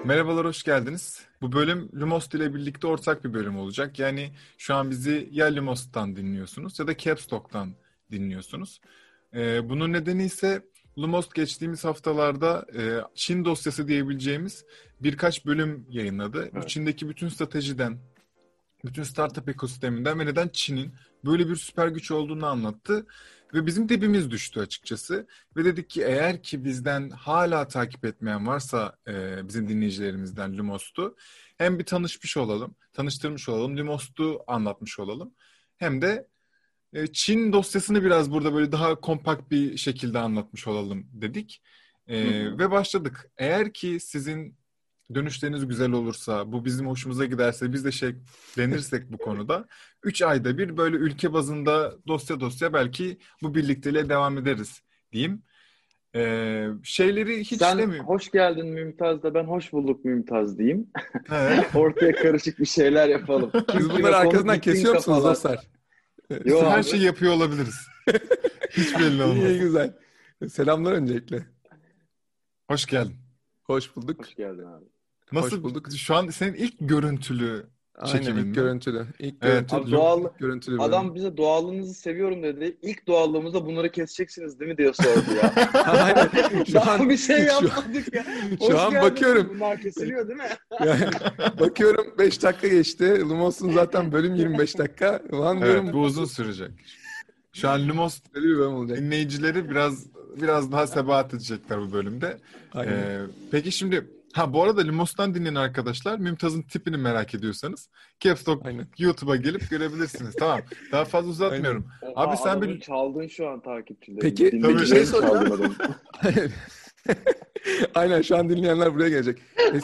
Merhabalar, hoş geldiniz. Bu bölüm Lumos ile birlikte ortak bir bölüm olacak. Yani şu an bizi ya Lumos'tan dinliyorsunuz ya da Caps Lock'tan dinliyorsunuz. Bunun nedeni ise Lumos geçtiğimiz haftalarda Çin dosyası diyebileceğimiz birkaç bölüm yayınladı. Bu Evet. Çin'deki bütün stratejiden, bütün startup ekosisteminden ve neden Çin'in böyle bir süper güç olduğunu anlattı. Ve bizim dibimiz düştü açıkçası. Ve dedik ki eğer ki bizden hala takip etmeyen varsa bizim dinleyicilerimizden Lumos'tu. Hem bir tanışmış olalım, tanıştırmış olalım, Lumos'tu anlatmış olalım. Hem de Çin dosyasını biraz burada böyle daha kompakt bir şekilde anlatmış olalım dedik. Hı hı. Ve başladık. Eğer ki sizin dönüşleriniz güzel olursa, bu bizim hoşumuza giderse, biz de lenirsek bu konuda 3 ayda bir böyle ülke bazında dosya belki bu birlikteliğe devam ederiz diyeyim. Şeyleri hiç Sen demiyorum. hoş geldin Mümtaz da ben hoş bulduk Mümtaz diyeyim. He. Ortaya karışık bir şeyler yapalım. Kim Siz kime bunları konu arkasından bitsin kesiyor musunuz kafalar. dostlar? Yo Her abi. şeyi yapıyor olabiliriz. Hiç belli olmaz. İyi güzel. Selamlar öncelikle. Hoş geldin. Hoş bulduk. Hoş geldin abi. Nasıl Hoş bulduk. şu an senin ilk görüntülü Aynen çekimin ilk mi? görüntülü. Evet. Abi doğal İlk görüntülü bölüm. adam bize doğallığınızı seviyorum dedi. İlk doğallığımızda bunları keseceksiniz değil mi diye sordu ya. Aynen. Daha bir şey şu- yapmadık ya. Hoş şu an geldiniz. bakıyorum. Bunlar kesiliyor değil mi? Yani, bakıyorum 5 dakika geçti. Lumos'un zaten bölüm 25 dakika. Ulan Evet, diyorum bu uzun sürecek. Şu an Lumos böyle bir bölüm olacak. dinleyicileri biraz daha sebat edecekler bu bölümde. Aynen. Peki şimdi bu arada Lumos'tan dinleyen arkadaşlar Mümtaz'ın tipini merak ediyorsanız Caps Lock Aynen. YouTube'a gelip görebilirsiniz. Tamam. Daha fazla uzatmıyorum. Oha, Abi sen adamı bir çaldın şu an takipçileri. Peki, Tabii. şey Dinleyicilerini çaldın soracağım. adamı. Aynen şu an dinleyenler buraya gelecek.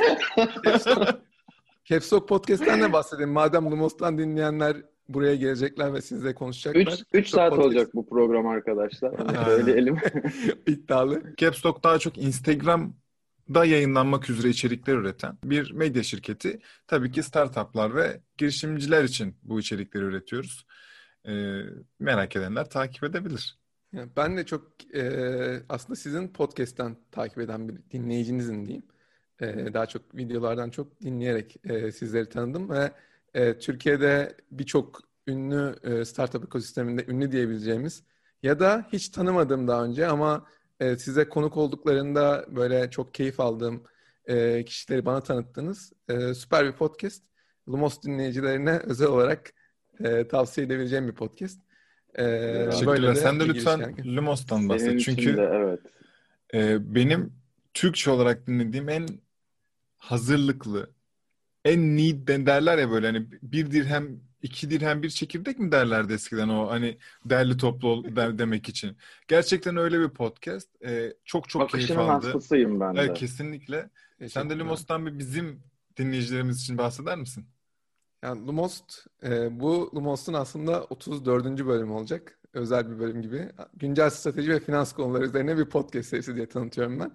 Caps Lock Podcast'ten de bahsedeyim. Madem Lumos'tan dinleyenler buraya gelecekler ve sizle konuşacaklar. 3 saat Podcast olacak bu program arkadaşlar. Onu Aynen. söyleyelim. iddialı. Caps Lock daha çok Instagram'da yayınlanmak üzere içerikler üreten bir medya şirketi. Tabii ki startuplar ve girişimciler için bu içerikleri üretiyoruz. Merak edenler takip edebilir. Yani ben de çok aslında sizin podcast'ten takip eden bir dinleyicinizim diyeyim. Daha çok videolardan çok dinleyerek sizleri tanıdım ve Türkiye'de birçok ünlü startup ekosisteminde ünlü diyebileceğimiz ya da hiç tanımadığım daha önce ama size konuk olduklarında böyle çok keyif aldığım kişileri bana tanıttınız. Süper bir podcast. Lumos dinleyicilerine özel olarak tavsiye edebileceğim bir podcast. Teşekkürler. Böyle de Sen de bir lütfen giriş Lumos'tan bahset. Senin için Çünkü de evet. benim Türkçe olarak dinlediğim en hazırlıklı, en derler ya böyle hani bir dirhem, iki dirhem bir çekirdek mi derlerdi eskiden o hani derli toplu demek için. Gerçekten öyle bir podcast. Çok keyif Akışının aldı. hastasıyım ben Evet, de. kesinlikle. Sen de Teşekkürler. Lumos'tan bir bizim dinleyicilerimiz için bahseder misin? Yani bu Lumos'un aslında 34. bölüm olacak. Özel bir bölüm gibi. Güncel strateji ve finans konuları üzerine bir podcast serisi diye tanıtıyorum ben.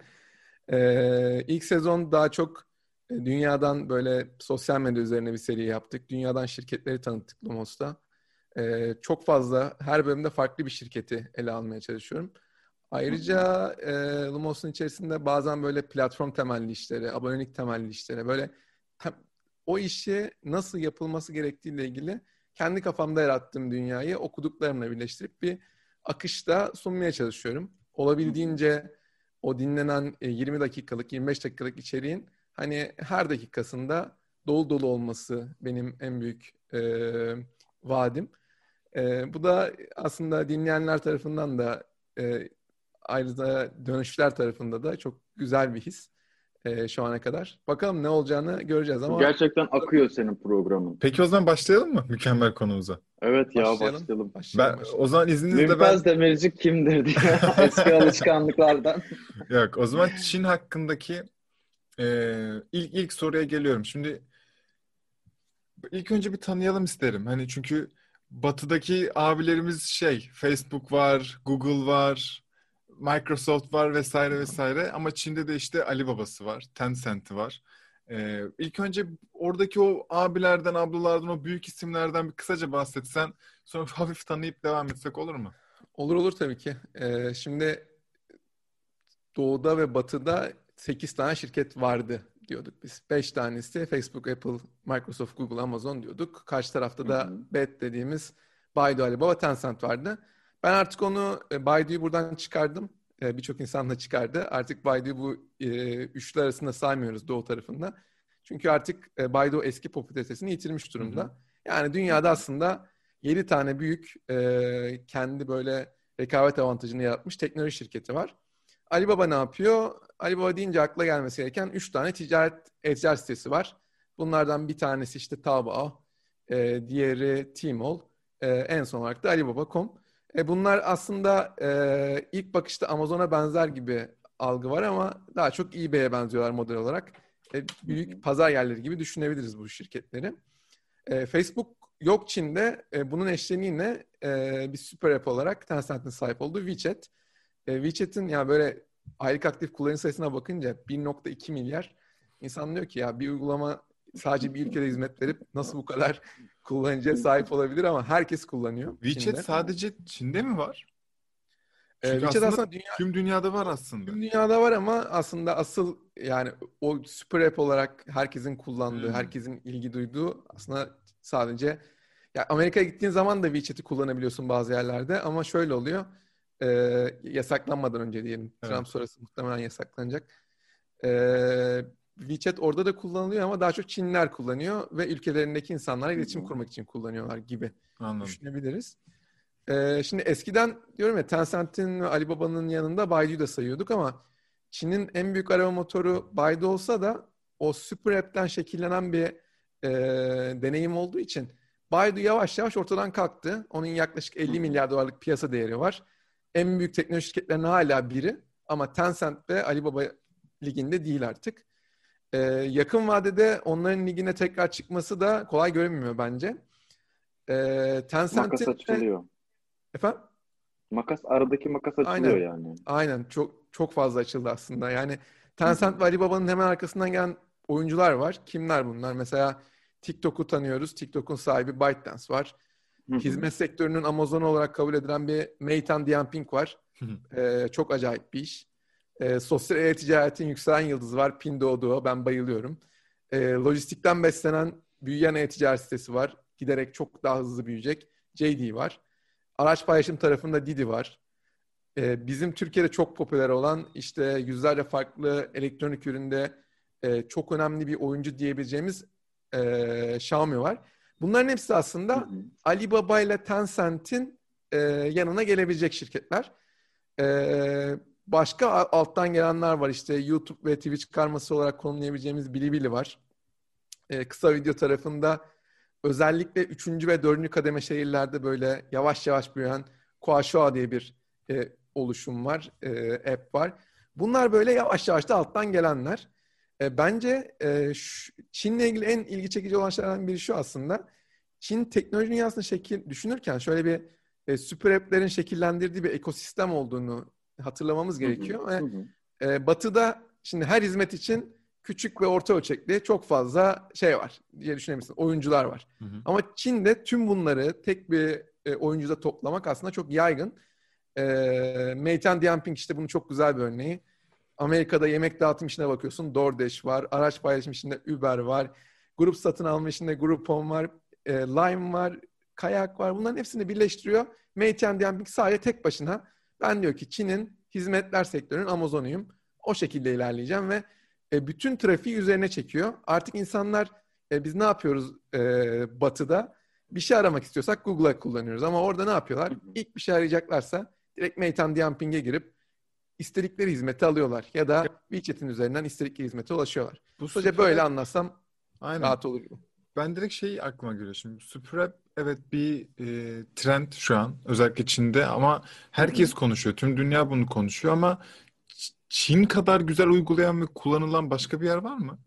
İlk sezon daha çok dünyadan böyle sosyal medya üzerine bir seri yaptık. Dünyadan şirketleri tanıttık Lumos'ta. Çok fazla her bölümde farklı bir şirketi ele almaya çalışıyorum. Ayrıca Lumos'un içerisinde bazen böyle platform temelli işlere, abonelik temelli işlere böyle o işi nasıl yapılması gerektiğiyle ilgili kendi kafamda yarattığım dünyayı okuduklarımla birleştirip bir akışta sunmaya çalışıyorum. Olabildiğince o dinlenen 20 dakikalık, 25 dakikalık içeriğin hani her dakikasında dolu dolu olması benim en büyük vaadim. Bu da aslında dinleyenler tarafından da ayrıca dönüşler tarafında da çok güzel bir his şu ana kadar. Bakalım ne olacağını göreceğiz ama Gerçekten akıyor senin programın. Peki o zaman başlayalım mı mükemmel konumuza? Evet ya başlayalım. başlayalım. Ben o zaman izninizle Mümtaz Demirci kimdir diye eski alışkanlıklardan. Yok, o zaman Çin hakkındaki ilk soruya geliyorum. Şimdi ilk önce bir tanıyalım isterim. Hani çünkü batıdaki abilerimiz Facebook var, Google var, Microsoft var vesaire vesaire. Ama Çin'de de işte Alibaba'sı var, Tencent'i var. İlk önce oradaki o abilerden, ablalardan, o büyük isimlerden bir kısaca bahsetsen, sonra hafif tanıyıp devam etsek olur mu? Olur tabii ki. Şimdi Doğu'da ve Batı'da 8 tane şirket vardı diyorduk biz. 5 tanesi Facebook, Apple, Microsoft, Google, Amazon diyorduk. Karşı tarafta Hı da hı. BET dediğimiz Baidu, Alibaba, Tencent vardı. Ben artık onu Baidu'yu buradan çıkardım. Birçok insan da çıkardı. Artık Baidu'yu bu üçlü arasında saymıyoruz doğu tarafında. Çünkü artık Baidu eski popülaritesini yitirmiş Hı hı. durumda. Yani dünyada aslında 7 tane büyük kendi böyle rekabet avantajını yaratmış teknoloji şirketi var. Alibaba ne yapıyor? Alibaba deyince akla gelmesi gereken 3 tane e-ticaret sitesi var. Bunlardan bir tanesi işte Taobao, diğeri Tmall, en son olarak da Alibaba.com. Bunlar aslında ilk bakışta Amazon'a benzer gibi algı var ama daha çok eBay'e benziyorlar model olarak. Hı hı. Büyük pazar yerleri gibi düşünebiliriz bu şirketleri. Facebook yok Çin'de. Bunun eşleniğine bir süper app olarak Tencent'in sahip olduğu WeChat. WeChat'in ya böyle aylık aktif kullanıcı sayısına bakınca 1,2 milyar, insan diyor ki ya bir uygulama sadece bir ülkede hizmet verip nasıl bu kadar kullanıcıya sahip olabilir, ama herkes kullanıyor WeChat Çin'de. sadece Çin'de mi var? Çünkü WeChat aslında aslında tüm dünyada var aslında. tüm dünyada var ama aslında asıl yani o süper app olarak herkesin kullandığı, Hmm. herkesin ilgi duyduğu aslında sadece, ya Amerika'ya gittiğin zaman da WeChat'i kullanabiliyorsun bazı yerlerde ama şöyle oluyor. e, Yasaklanmadan önce diyelim. Evet. Trump sonrası muhtemelen yasaklanacak. E, WeChat orada da kullanılıyor ama daha çok Çinliler kullanıyor ve ülkelerindeki insanlarla Hı iletişim hı. kurmak için kullanıyorlar gibi Anladım. düşünebiliriz. Şimdi eskiden diyorum ya Tencent'in ve Alibaba'nın yanında Baidu'yu da sayıyorduk ama Çin'in en büyük arama motoru Baidu olsa da o Super App'ten şekillenen bir deneyim olduğu için Baidu yavaş yavaş ortadan kalktı. Onun yaklaşık Hı 50 hı. milyar dolarlık piyasa değeri var. En büyük teknoloji şirketlerinden hala biri ama Tencent ve Alibaba liginde değil artık. Yakın vadede onların ligine tekrar çıkması da kolay görünmüyor bence. Makas Tencent'in de açılıyor. efendim? Aradaki makas açılıyor Aynen. yani. Aynen. Çok çok fazla açıldı aslında. Yani Hı hı. Tencent ve Alibaba'nın hemen arkasından gelen oyuncular var. Kimler bunlar? Mesela TikTok'u tanıyoruz. TikTok'un sahibi ByteDance var. Hı hı. Hizmet sektörünün Amazon olarak kabul edilen bir Meituan Dianping var. Çok acayip bir iş. Sosyal e-ticaretin yükselen yıldızı var. Pinduoduo. Ben bayılıyorum. Lojistikten beslenen büyüyen e-ticaret sitesi var. Giderek çok daha hızlı büyüyecek. JD var. Araç paylaşım tarafında Didi var. Bizim Türkiye'de çok popüler olan işte yüzlerce farklı elektronik üründe çok önemli bir oyuncu diyebileceğimiz Xiaomi var. Bunların hepsi Hı aslında hı. Alibaba ile Tencent'in yanına gelebilecek şirketler. Başka alttan gelenler var, işte YouTube ve Twitch karması olarak konumlayabileceğimiz Bilibili var. Kısa video tarafında özellikle 3. ve 4. kademe şehirlerde böyle yavaş yavaş büyüyen Kuaishou diye bir oluşum var, app var. Bunlar böyle yavaş yavaş da alttan gelenler. Bence Çin'le ilgili en ilgi çekici olan şeylerden biri şu aslında. Çin teknoloji dünyasını düşünürken şöyle bir süper app'lerin şekillendirdiği bir ekosistem olduğunu hatırlamamız Hı hı. gerekiyor. Hı hı. Batı'da şimdi her hizmet için küçük ve orta ölçekli çok fazla şey var diye düşünebilirsin. Oyuncular var. Hı hı. Ama Çin'de tüm bunları tek bir oyuncuda toplamak aslında çok yaygın. Meituan Dianping işte bunun çok güzel bir örneği. Amerika'da yemek dağıtım işine bakıyorsun. DoorDash var. Araç paylaşım işinde Uber var. Grup satın alma işinde Groupon var. Lime var. Kayak var. Bunların hepsini birleştiriyor. Meituan Dianping sadece tek başına. Ben diyor ki Çin'in hizmetler sektörünün Amazon'uyum. O şekilde ilerleyeceğim ve bütün trafiği üzerine çekiyor. Artık insanlar biz ne yapıyoruz Batı'da? Bir şey aramak istiyorsak Google'a kullanıyoruz. Ama orada ne yapıyorlar? Hı hı. İlk bir şey arayacaklarsa direkt Meituan Dianping'e girip istedikleri hizmeti alıyorlar. Ya da WeChat'in üzerinden istedikleri hizmete ulaşıyorlar. Bu Sadece süper böyle app, anlatsam aynen. rahat olur gibi. Ben direkt şey aklıma geliyor şimdi. Süper app evet bir trend şu an. Özellikle Çin'de ama Hı hı. herkes konuşuyor. Tüm dünya bunu konuşuyor ama Çin kadar güzel uygulayan ve kullanılan başka bir yer var mı?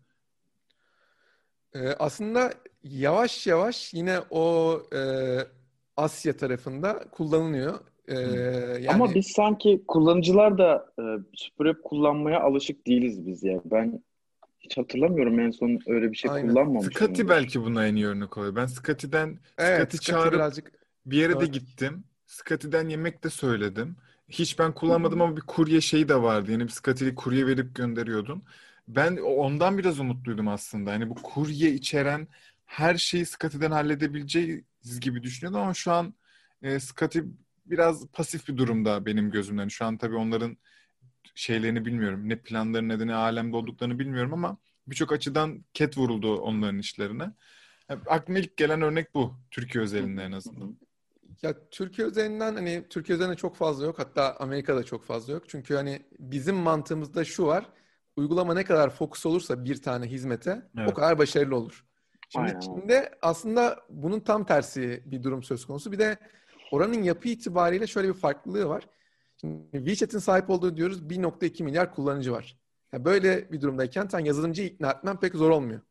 Aslında yavaş yavaş yine o Asya tarafında kullanılıyor. Hmm. Ama Yani biz sanki kullanıcılar da Super App kullanmaya alışık değiliz biz ya. Ben hiç hatırlamıyorum en son öyle bir şey aynen. Scotty kullanmamışımdır. belki buna en iyi örnek oluyor. Ben Evet, Scotty Scotty çağırıp birazcık bir yere de kaotik. gittim. Scotty'den yemek de söyledim. Hiç ben Hı kullanmadım hı. ama bir kurye şeyi de vardı. Yani bir Scotty'li kurye verip gönderiyordun. Ben ondan biraz umutluydum aslında. Hani bu kurye içeren her şeyi Scotty'den halledebileceğiz gibi düşünüyordum ama şu an Scotty biraz pasif bir durumda benim gözümden. Şu an tabii onların şeylerini bilmiyorum. Ne planları ne de ne alemde olduklarını bilmiyorum ama birçok açıdan ket vuruldu onların işlerine. Aklıma ilk gelen örnek bu. Türkiye özelinde en azından. Ya Türkiye üzerinden hani Türkiye üzerinde çok fazla yok. Hatta Amerika'da çok fazla yok. Çünkü hani bizim mantığımızda şu var. Uygulama ne kadar fokus olursa bir tane hizmete o Evet. kadar başarılı olur. Şimdi Aynen. Çin'de aslında bunun tam tersi bir durum söz konusu. Bir de oranın yapı itibariyle şöyle bir farklılığı var. Şimdi WeChat'in sahip olduğu diyoruz 1.2 milyar kullanıcı var. Yani böyle bir durumdayken sen yazılımcıyı ikna etmen pek zor olmuyor.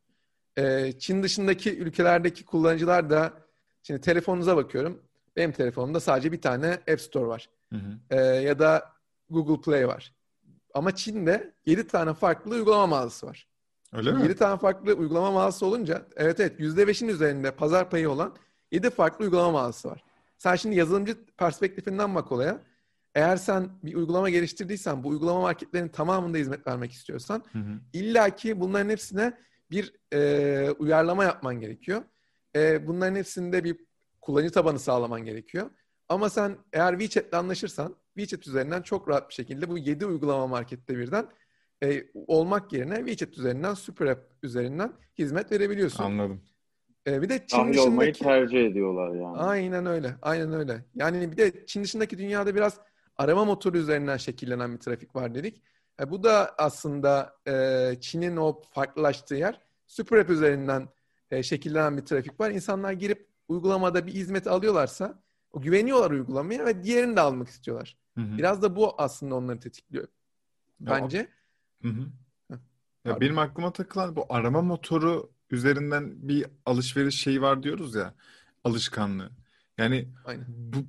Çin dışındaki ülkelerdeki kullanıcılar da şimdi telefonunuza bakıyorum. Benim telefonumda sadece bir tane App Store var. Hı hı. Ya da Google Play var. Ama Çin'de 7 tane farklı uygulama mağazası var. Öyle Şimdi mi? 7 tane farklı uygulama mağazası olunca evet %5'in üzerinde pazar payı olan 7 farklı uygulama mağazası var. Sen şimdi yazılımcı perspektifinden bak olaya. Eğer sen bir uygulama geliştirdiysen bu uygulama marketlerinin tamamında hizmet vermek istiyorsan Hı hı. illaki bunların hepsine bir uyarlama yapman gerekiyor. Bunların hepsinde bir kullanıcı tabanı sağlaman gerekiyor. Ama sen eğer WeChat'le anlaşırsan WeChat üzerinden çok rahat bir şekilde bu 7 uygulama markette birden olmak yerine WeChat üzerinden, Super App üzerinden hizmet verebiliyorsun. Anladım. Bir de Çin Dahil olmayı dışındaki... tercih ediyorlar yani. Aynen öyle, aynen öyle. Yani bir de Çin dışındaki dünyada biraz arama motoru üzerinden şekillenen bir trafik var dedik. Bu da aslında Çin'in o farklılaştığı yer. Super App üzerinden şekillenen bir trafik var. İnsanlar girip uygulamada bir hizmet alıyorlarsa o güveniyorlar uygulamaya ve diğerini de almak istiyorlar. Hı hı. Biraz da bu aslında onları tetikliyor bence. Hı hı. Heh, Ya benim aklıma takılan bu arama motoru üzerinden bir alışveriş şeyi var diyoruz ya, alışkanlığı. Yani aynen.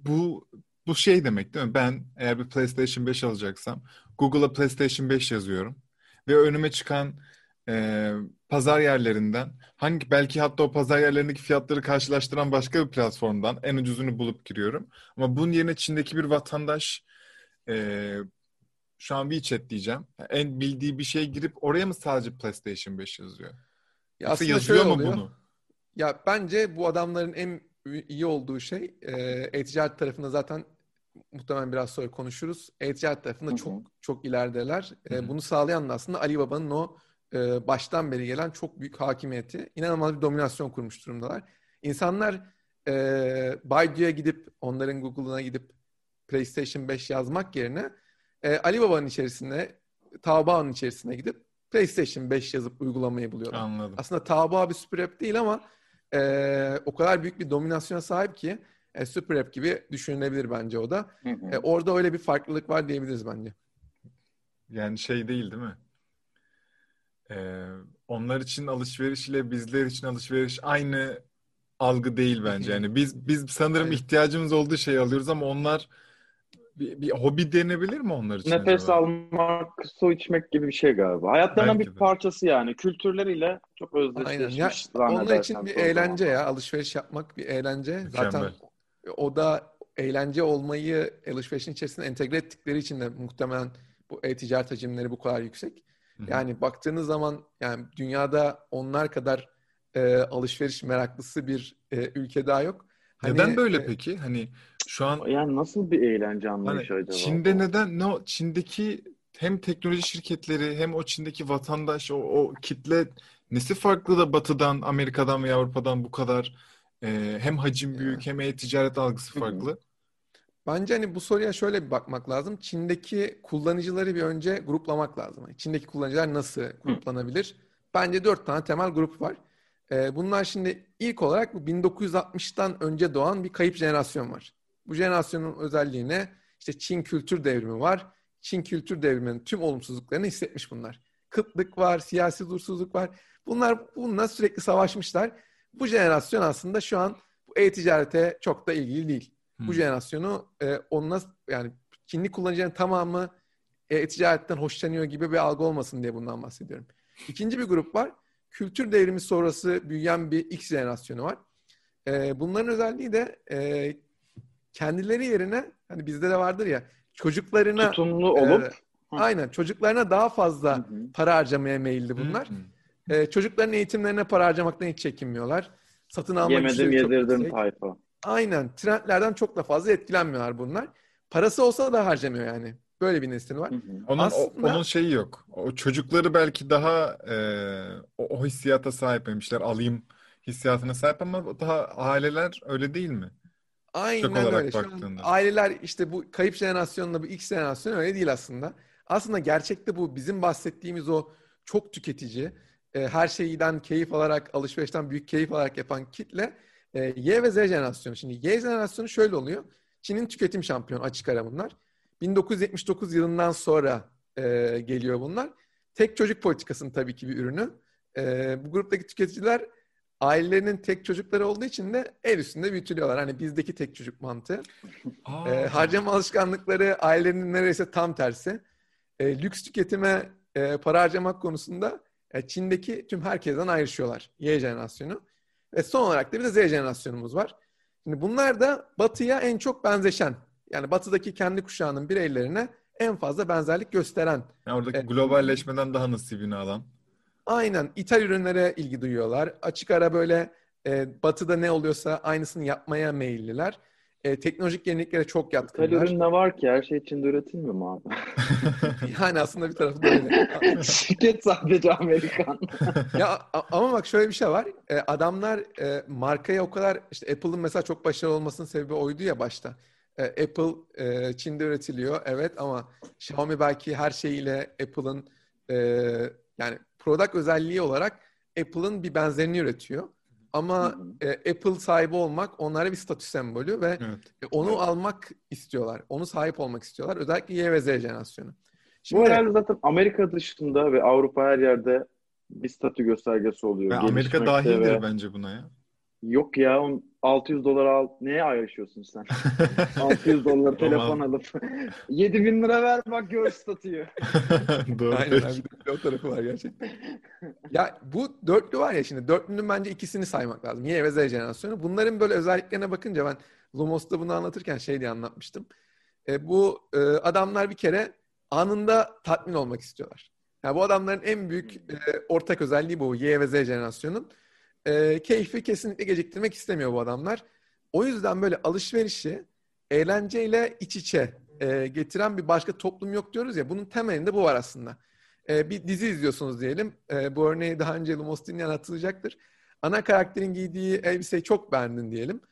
bu şey demek değil mi? Ben eğer bir PlayStation 5 alacaksam Google'a PlayStation 5 yazıyorum ve önüme çıkan e, pazar yerlerinden belki hatta o pazar yerlerindeki fiyatları karşılaştıran başka bir platformdan en ucuzunu bulup giriyorum. Ama bunun yerine Çin'deki bir vatandaş e, şu an WeChat diyeceğim. En bildiği bir şeye girip oraya mı sadece PlayStation 5 yazıyor? Ya Yoksa aslında yazıyor şöyle mu oluyor. bunu? Ya bence bu adamların en iyi olduğu şey e-ticaret tarafında zaten muhtemelen biraz sonra konuşuruz. E-ticaret tarafında Hı çok hı. çok ilerideler. Hı hı. Bunu sağlayan da aslında Alibaba'nın o baştan beri gelen çok büyük hakimiyeti. İnanılmaz bir dominasyon kurmuş durumdalar. İnsanlar Baidu'ya gidip onların Google'ına gidip PlayStation 5 yazmak yerine Alibaba'nın içerisine Taobao'nun içerisine gidip PlayStation 5 yazıp uygulamayı buluyorlar. Anladım. Aslında Taobao bir super app değil ama o kadar büyük bir dominasyona sahip ki super app gibi düşünülebilir bence o da. Hı hı. Orada öyle bir farklılık var diyebiliriz bence. Yani şey değil mi? Onlar için alışveriş ile bizler için alışveriş aynı algı değil bence. Yani biz sanırım Aynen. ihtiyacımız olduğu şeyi alıyoruz ama onlar bir hobi denebilir mi onlar için Nefes acaba? almak, su içmek gibi bir şey galiba. Hayatlarının bir Belki de. parçası yani. Kültürleriyle çok Aynen. Ya özdeşleşmiş onlar için zannedersem bir son eğlence ya. zamanlarda. Alışveriş yapmak bir eğlence. Zaten Mükemmel. o da eğlence olmayı alışverişin içerisine entegre ettikleri için de muhtemelen bu e-ticaret hacimleri bu kadar yüksek. Hı hı. Yani baktığınız zaman yani dünyada onlar kadar alışveriş meraklısı bir ülke daha yok. Hani Neden böyle peki? Hani şu an Yani nasıl bir eğlence hani anlayışı acaba Çin'de bu? neden Çin'deki hem teknoloji şirketleri hem o Çin'deki vatandaş o kitle nesi farklı da Batı'dan, Amerika'dan veya Avrupa'dan bu kadar hem hacim büyük ya, hem e-ticaret algısı Hı hı. farklı? bence hani bu soruya şöyle bir bakmak lazım. Çin'deki kullanıcıları bir önce gruplamak lazım. Yani Çin'deki kullanıcılar nasıl Hı gruplanabilir? Bence 4 tane temel grup var. Bunlar şimdi ilk olarak bu 1960'tan önce doğan bir kayıp jenerasyon var. Bu jenerasyonun özelliğine işte Çin kültür devrimi var. Çin kültür devriminin tüm olumsuzluklarını hissetmiş bunlar. Kıtlık var, siyasi huzursuzluk var. Bununla sürekli savaşmışlar. Bu jenerasyon aslında şu an bu e-ticarete çok da ilgili değil. Bu Hmm. jenerasyonu onunla yani Çinli kullanıcıların tamamı e-ticaretten hoşlanıyor gibi bir algı olmasın diye bundan bahsediyorum. İkinci bir grup var. Kültür devrimi sonrası büyüyen bir X jenerasyonu var. Bunların özelliği de kendileri yerine hani bizde de vardır ya çocuklarına Tutumlu e, olup aynen çocuklarına daha fazla para harcamaya meyilli bunlar. Çocukların eğitimlerine para harcamaktan hiç çekinmiyorlar. Satın alma Yemedim güçleri çok yedirdim yüksek. tayfa. Aynen. Trendlerden çok da fazla etkilenmiyorlar bunlar. Parası olsa da harcamıyor yani. Böyle bir nesil var. Onun şeyi yok. O çocukları belki daha o hissiyata sahipmişler. Alayım hissiyatına sahip ama daha aileler öyle değil mi? Kuşak Aynen öyle. olarak Şu an baktığında. aileler işte bu kayıp jenerasyonla bu X jenerasyonu öyle değil aslında. Aslında gerçekte bu bizim bahsettiğimiz o çok tüketici, her şeyden keyif alarak, alışverişten büyük keyif alarak yapan kitle Y ve Z jenerasyonu. Şimdi Y jenerasyonu şöyle oluyor. Çin'in tüketim şampiyonu açık ara bunlar. 1979 yılından sonra geliyor bunlar. Tek çocuk politikasının tabii ki bir ürünü. Bu gruptaki tüketiciler ailelerinin tek çocukları olduğu için de el üstünde büyütülüyorlar. Hani bizdeki tek çocuk mantığı. Harcama alışkanlıkları ailenin neredeyse tam tersi. Lüks tüketime para harcamak konusunda Çin'deki tüm herkesten ayrışıyorlar. Y jenerasyonu. Ve son olarak da bir de Z jenerasyonumuz var. Şimdi bunlar da Batı'ya en çok benzeşen, yani Batı'daki kendi kuşağının bireylerine en fazla benzerlik gösteren. Yani oradaki globalleşmeden daha nasibini alan. Aynen. İthal ürünlere ilgi duyuyorlar. Açık ara böyle Batı'da ne oluyorsa aynısını yapmaya meyilliler. Teknolojik yeniliklere çok yatkınlar. İthal ürün ne var ki? Her şey içinde üretilmiyor mu abi? Yani aslında bir tarafı da öyle. Şirket sadece Amerikan. Ya ama bak şöyle bir şey var. Adamlar markaya o kadar işte Apple'ın mesela çok başarılı olmasının sebebi oydu ya başta. Apple Çin'de üretiliyor evet ama Xiaomi belki her şeyiyle Apple'ın yani product özelliği olarak Apple'ın bir benzerini üretiyor. Ama Apple sahibi olmak onlara bir statü sembolü ve onu almak istiyorlar. Onu sahip olmak istiyorlar. Özellikle Y ve Z jenerasyonu. Bu herhalde zaten Amerika dışında ve Avrupa her yerde bir statü göstergesi oluyor. Amerika dahildir bence buna ya. Yok ya, $600 al. Neye ayrışıyorsun sen? $600 telefon alıp 7.000 lira ver bak gör statüyü. Doğru. Aynen bir de o tarafı var gerçekten. Ya bu dörtlü var ya şimdi dörtlünün bence ikisini saymak lazım. Y ve Z jenerasyonu. Bunların böyle özelliklerine bakınca ben Lumos'ta bunu anlatırken şey diye anlatmıştım. Bu adamlar bir kere anında tatmin olmak istiyorlar. Yani bu adamların en büyük ortak özelliği bu Y ve Z jenerasyonun. Keyfi kesinlikle geciktirmek istemiyor bu adamlar. O yüzden böyle alışverişi eğlenceyle iç içe getiren bir başka toplum yok diyoruz ya. Bunun temelinde bu var aslında. Bir dizi izliyorsunuz diyelim. Bu örneği daha önce Lumos dinleyen hatırlayacaktır. Ana karakterin giydiği elbiseyi çok beğendin diyelim.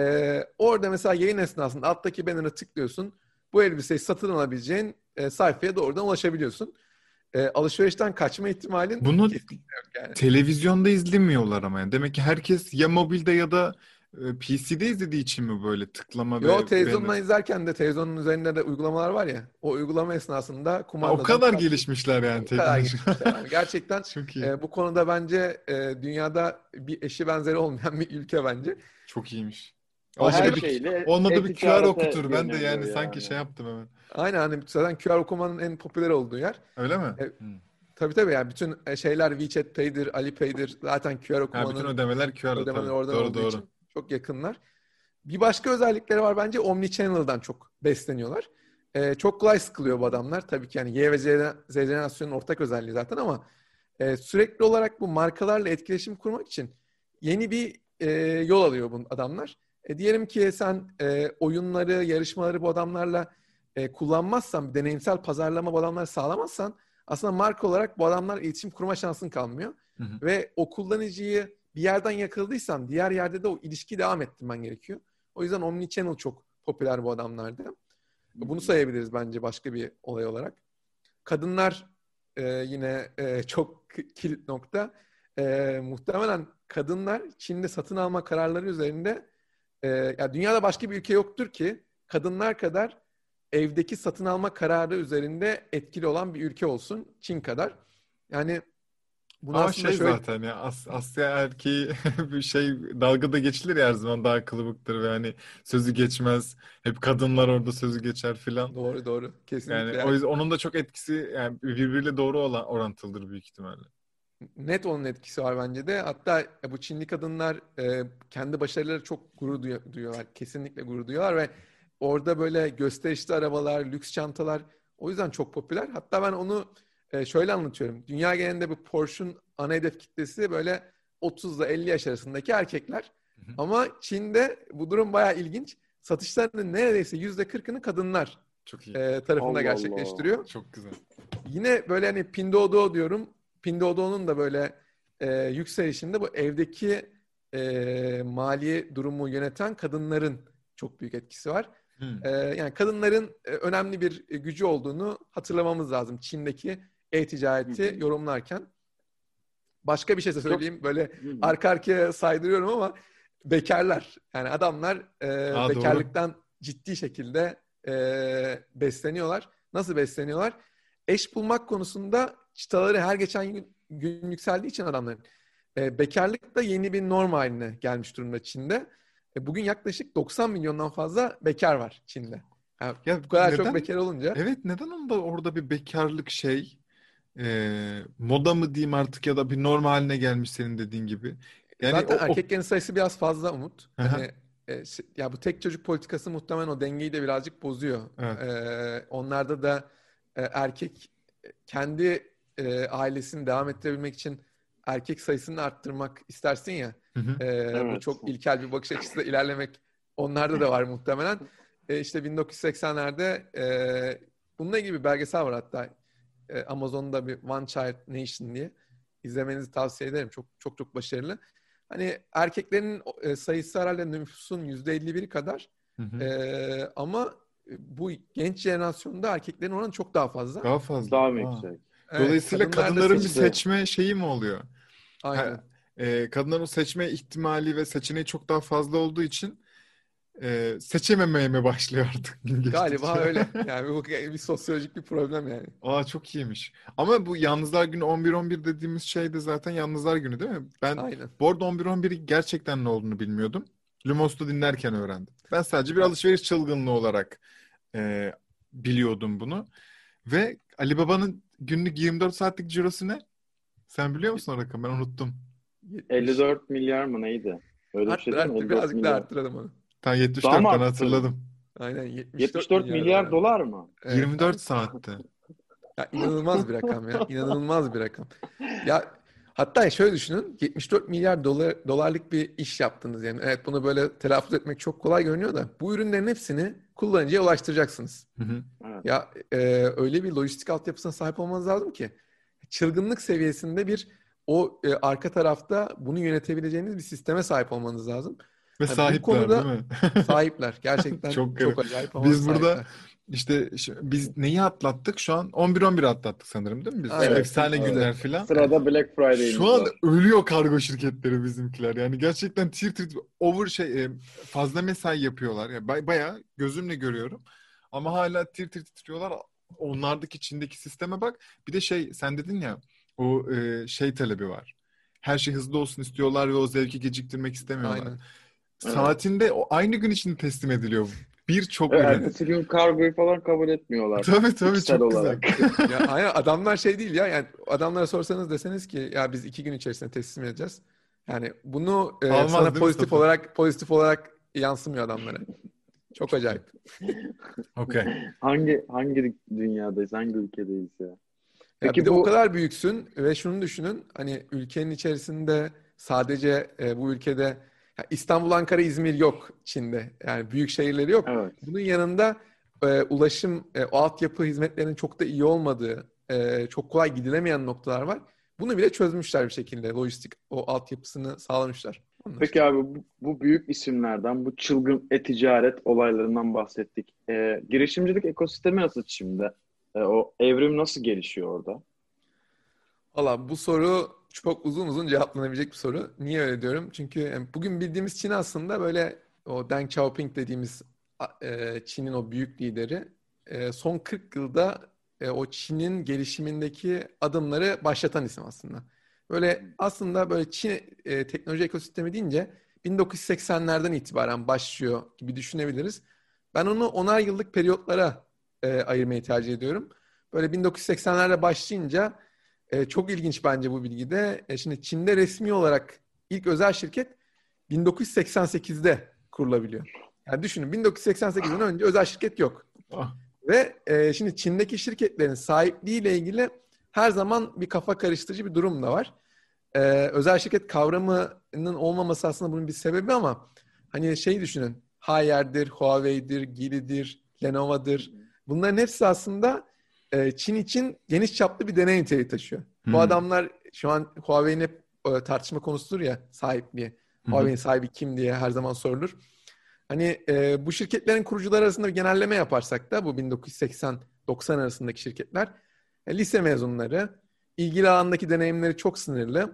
Orada mesela yayın esnasında alttaki banner'a tıklıyorsun. Bu elbiseyi satın alabileceğin sayfaya doğrudan ulaşabiliyorsun. Alışverişten kaçma ihtimalin bunu kesinlikle yok yani. Televizyonda izlemiyorlar ama yani. Demek ki herkes ya mobilde ya da PC'de izlediği için mi böyle tıklama ve Televizyondan izlerken de televizyonun üzerinde de uygulamalar var ya. O uygulama esnasında kumandadan... o kadar gelişmişler yani. O kadar gelişmişler. Yani gerçekten çok iyi. bu konuda bence dünyada bir eşi benzeri olmayan bir ülke bence. Çok iyiymiş. Şeyle Olmadı bir QR okutur. Ben de yani sanki şey yaptım hemen. Aynen hani zaten QR okumanın en popüler olduğu yer. Öyle mi? Tabii yani bütün şeyler WeChat Pay'dir, Alipay'dir zaten QR okumanın. Bütün ödemeler QR'la tabii. Oradan olduğu için çok yakınlar. Bir başka özellikleri var bence Omnichannel'dan çok besleniyorlar. Çok kolay sıkılıyor bu adamlar. Tabii ki yani Y ve Z jenerasyonun ortak özelliği zaten ama sürekli olarak bu markalarla etkileşim kurmak için yeni bir yol alıyor bu adamlar. Diyelim ki sen oyunları, yarışmaları bu adamlarla kullanmazsan, deneyimsel pazarlama bu adamlar sağlamazsan aslında marka olarak bu adamlar iletişim kurma şansın kalmıyor. Ve o kullanıcıyı bir yerden yakaladıysan diğer yerde de o ilişkiyi devam ettirmen gerekiyor. O yüzden Omnichannel çok popüler bu adamlarda. Bunu sayabiliriz bence başka bir olay olarak. Kadınlar yine çok kilit nokta. Muhtemelen kadınlar Çin'de satın alma kararları üzerinde yani dünyada başka bir ülke yoktur ki kadınlar kadar evdeki satın alma kararı üzerinde etkili olan bir ülke olsun Çin kadar. Yani bunu aslında zaten ya Asya erkeği bir dalgada geçilir ya her zaman daha kılıbıktır ve hani sözü geçmez. Hep kadınlar orada sözü geçer filan. Doğru. Kesinlikle. Yani o yüzden onun da çok etkisi yani birbiriyle doğru orantılıdır büyük ihtimalle. Net onun etkisi var bence de. Hatta bu Çinli kadınlar kendi başarıları çok gurur duyuyorlar. Kesinlikle gurur duyuyorlar ve orada böyle gösterişli arabalar, lüks çantalar O yüzden çok popüler. Hatta ben onu şöyle anlatıyorum. Dünya genelinde bu Porsche'un ana hedef kitlesi böyle 30 ile 50 yaş arasındaki erkekler. Hı hı. Ama Çin'de bu durum bayağı ilginç. Satışlarının neredeyse %40'ını kadınlar Çok iyi. tarafında Allah gerçekleştiriyor. Çok güzel. Yine böyle hani Pinduoduo diyorum. Pinduoduo'nun da böyle yükselişinde bu evdeki mali durumu yöneten kadınların çok büyük etkisi var. Yani kadınların önemli bir gücü olduğunu hatırlamamız lazım Çin'deki e-ticareti yorumlarken. Başka bir şey de söyleyeyim. Böyle arka arkaya saydırıyorum ama bekarlar. Yani adamlar bekarlıktan ciddi şekilde besleniyorlar. Nasıl besleniyorlar? Eş bulmak konusunda çıtaları her geçen gün yükseldiği için adamların. Bekarlık da yeni bir norm haline gelmiş durumda Çin'de. Bugün yaklaşık 90 milyondan fazla bekar var Çin'de. Yani Ya bu kadar neden? çok bekar olunca. Evet, neden orada bir bekarlık moda mı diyeyim artık ya da bir norm haline gelmiş senin dediğin gibi. Yani Zaten erkeklerin sayısı biraz fazla Umut. Aha. Hani ya bu tek çocuk politikası muhtemelen o dengeyi de birazcık bozuyor. Evet. Onlarda da erkek kendi ailesini devam ettirebilmek için erkek sayısını arttırmak istersin ya. Hı hı. Bu Evet. çok ilkel bir bakış açısıyla ilerlemek onlarda da var muhtemelen. İşte 1980'lerde bununla ilgili bir belgesel var hatta. Amazon'da bir One Child Nation diye. İzlemenizi tavsiye ederim. Çok çok çok başarılı. Hani erkeklerin sayısı herhalde nüfusun %51'i kadar. Hı hı. Ama bu genç jenerasyonda erkeklerin oranı çok daha fazla. Daha fazla. Daha Aa. mı yüksek? Evet, Dolayısıyla kadınlar da kadınların bir seçiyor. seçme şeyi mi oluyor? Aynen. Kadınların o seçme ihtimali ve seçeneği çok daha fazla olduğu için seçememeye mi başlıyor artık gün Galiba geçtikçe? öyle. Yani bu bir sosyolojik bir problem yani. Aa, çok iyiymiş. Ama bu Yalnızlar Günü 11-11 dediğimiz şey de zaten Yalnızlar Günü değil mi? Ben Aynen. bu arada 11-11'i gerçekten ne olduğunu bilmiyordum. Lumos'ta dinlerken öğrendim. Ben sadece bir alışveriş çılgınlığı olarak biliyordum bunu. Ve Ali Baba'nın günlük 24 saatlik cirosu ne? Sen biliyor musun o rakamı? Ben unuttum. 70. 54 milyar mı neydi? Öyle bir şey değil mi? Arttır 54 birazcık daha milyar. arttıralım onu. Tam Daha 74 mı ben arttı? hatırladım. Aynen 74 74 milyar milyar dolar. dolar mı? Evet, 24 saatte. ya inanılmaz bir rakam ya. İnanılmaz bir rakam. Ya hatta şöyle düşünün. 74 milyar dolarlık bir iş yaptınız yani. Evet, bunu böyle telaffuz etmek çok kolay görünüyor da bu ürünlerin hepsini kullanıcıya ulaştıracaksınız. Hı hı. Evet. Ya öyle bir lojistik altyapısına sahip olmanız lazım ki çılgınlık seviyesinde bir arka tarafta bunu yönetebileceğiniz bir sisteme sahip olmanız lazım. Ve Bu sahipler konuda değil mi? sahipler. Gerçekten Çok çok garip. acayip ama Biz burada sahipler. işte biz neyi atlattık şu an? 11-11 atlattık sanırım değil mi biz? Şu Aynen. efsane Biz günler de. filan. Sırada Black Friday'imiz Şu an var. ölüyor kargo şirketleri bizimkiler. Yani gerçekten tir tir fazla mesai yapıyorlar. Yani bayağı gözümle görüyorum. Ama hala tir tir titriyorlar. Onlardaki Çin'deki sisteme bak. Bir de sen dedin ya o talebi var. Her şey hızlı olsun istiyorlar ve o zevki geciktirmek istemiyorlar. Aynen. Evet. Saatinde o aynı gün içinde teslim ediliyor birçok ürün. Ertesi gün kargoyu falan kabul etmiyorlar. Tabii İçsel çok olarak. güzel. Ya aynen, adamlar şey değil ya, yani adamlara sorsanız deseniz ki ya biz 2 gün içerisinde teslim edeceğiz. Yani bunu Almaz sana değil mi satın? pozitif olarak yansımıyor adamlara. Çok acayip. Okey. Hangi dünyadayız? Hangi ülkedeyiz ya? Ya Peki bir de o bu kadar büyüksün ve şunu düşünün, hani ülkenin içerisinde sadece bu ülkede ya İstanbul, Ankara, İzmir yok Çin'de. Yani büyük şehirleri yok. evet. Bunun yanında ulaşım, o altyapı hizmetlerinin çok da iyi olmadığı, çok kolay gidilemeyen noktalar var. Bunu bile çözmüşler bir şekilde. Lojistik o altyapısını sağlamışlar. Onlar. Peki abi bu büyük isimlerden, bu çılgın e-ticaret olaylarından bahsettik. Girişimcilik ekosistemi nasıl şimdi? O evrim nasıl gelişiyor orada? Valla bu soru çok uzun uzun cevaplanabilecek bir soru. Niye öyle diyorum? Çünkü bugün bildiğimiz Çin aslında böyle o Deng Xiaoping dediğimiz Çin'in o büyük lideri son 40 yılda o Çin'in gelişimindeki adımları başlatan isim aslında. Böyle aslında böyle Çin teknoloji ekosistemi deyince 1980'lerden itibaren başlıyor gibi düşünebiliriz. Ben onu 10'ar yıllık periyotlara ayırmayı tercih ediyorum. Böyle 1980'lerle başlayınca çok ilginç bence bu bilgi de. Şimdi Çin'de resmi olarak ilk özel şirket 1988'de kurulabiliyor. Yani düşünün, 1988'den önce özel şirket yok. Ah, Ve şimdi Çin'deki şirketlerin sahipliğiyle ilgili her zaman bir kafa karıştırıcı bir durum da var. Özel şirket kavramının olmaması aslında bunun bir sebebi ama hani şey düşünün. Haier'dir, Huawei'dir, Geely'dir, Lenovo'dur. Bunların hepsi aslında Çin için geniş çaplı bir deney niteliği taşıyor. Bu adamlar şu an Huawei'nin hep tartışma konusudur ya sahipliği. Huawei'nin sahibi kim diye her zaman sorulur. Hani bu şirketlerin kurucuları arasında bir genelleme yaparsak da bu 1980-90 arasındaki şirketler lise mezunları, ilgili alandaki deneyimleri çok sınırlı.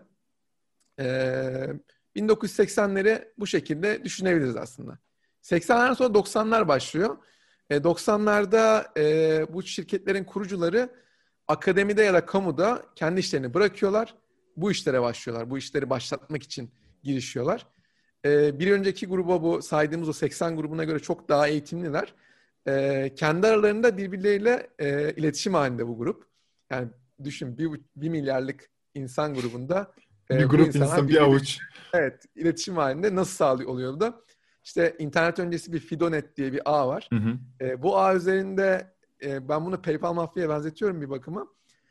1980'leri bu şekilde düşünebiliriz aslında. 80'lerden sonra 90'lar başlıyor. 90'larda bu şirketlerin kurucuları akademide ya da kamuda kendi işlerini bırakıyorlar. Bu işlere başlıyorlar. Bu işleri başlatmak için girişiyorlar. Bir önceki gruba bu saydığımız o 80 grubuna göre çok daha eğitimliler. Kendi aralarında birbirleriyle iletişim halinde bu grup. Yani düşün 1 milyarlık insan grubunda bir grup insan, bir avuç. Evet, iletişim halinde nasıl sağlıyor oluyor da? İşte internet öncesi bir Fidonet diye bir ağ var. Bu ağ üzerinde ben bunu PayPal Mafya'ya benzetiyorum bir bakıma.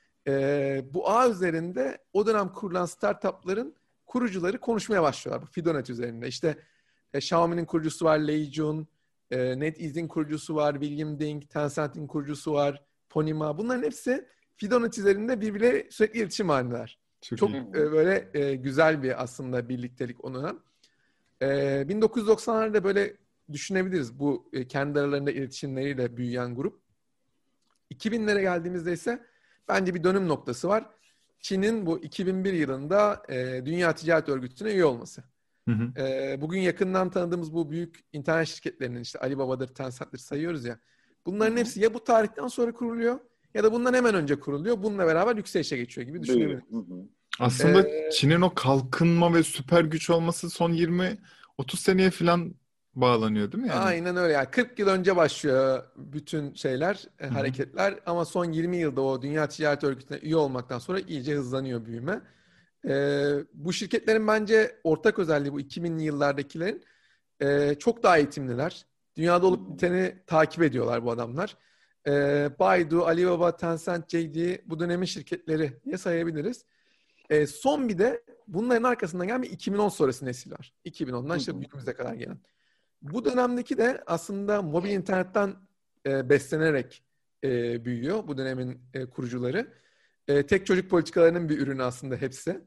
Bu ağ üzerinde o dönem kurulan startupların kurucuları konuşmaya başlıyorlar bu Fidonet üzerinde. İşte Xiaomi'nin kurucusu var Lei Jun, NetEase'in kurucusu var William Ding, Tencent'in kurucusu var Ponyma. Bunların hepsi Fidonet üzerinde birbirleriyle sürekli iletişim halindeler. Çok böyle güzel bir aslında birliktelik o dönem. 1990'larda böyle düşünebiliriz bu kendi aralarında iletişimleriyle büyüyen grup. 2000'lere geldiğimizde ise bence bir dönüm noktası var. Çin'in bu 2001 yılında Dünya Ticaret Örgütü'ne üye olması. Bugün yakından tanıdığımız bu büyük internet şirketlerinin işte Alibaba'dır, Tencent'tir sayıyoruz ya. Bunların hepsi ya bu tarihten sonra kuruluyor ya da bundan hemen önce kuruluyor. Bununla beraber yükselişe geçiyor gibi düşünebiliriz. Aslında Çin'in o kalkınma ve süper güç olması son 20-30 seneye falan bağlanıyor değil mi yani? Aynen öyle. Yani 40 yıl önce başlıyor bütün şeyler, hareketler ama son 20 yılda o Dünya Ticaret Örgütü'ne üye olmaktan sonra iyice hızlanıyor büyüme. Bu şirketlerin bence ortak özelliği bu 2000'li yıllardakilerin çok daha eğitimliler. Dünyada olup biteni takip ediyorlar bu adamlar. Baidu, Alibaba, Tencent, JD bu dönemin şirketleri diye sayabiliriz. Son bir de bunların arkasından gelen bir 2010 sonrası nesil var. 2010'dan işte günümüze kadar gelen. Bu dönemdeki de aslında mobil internetten beslenerek büyüyor bu dönemin kurucuları. Tek çocuk politikalarının bir ürünü aslında hepsi.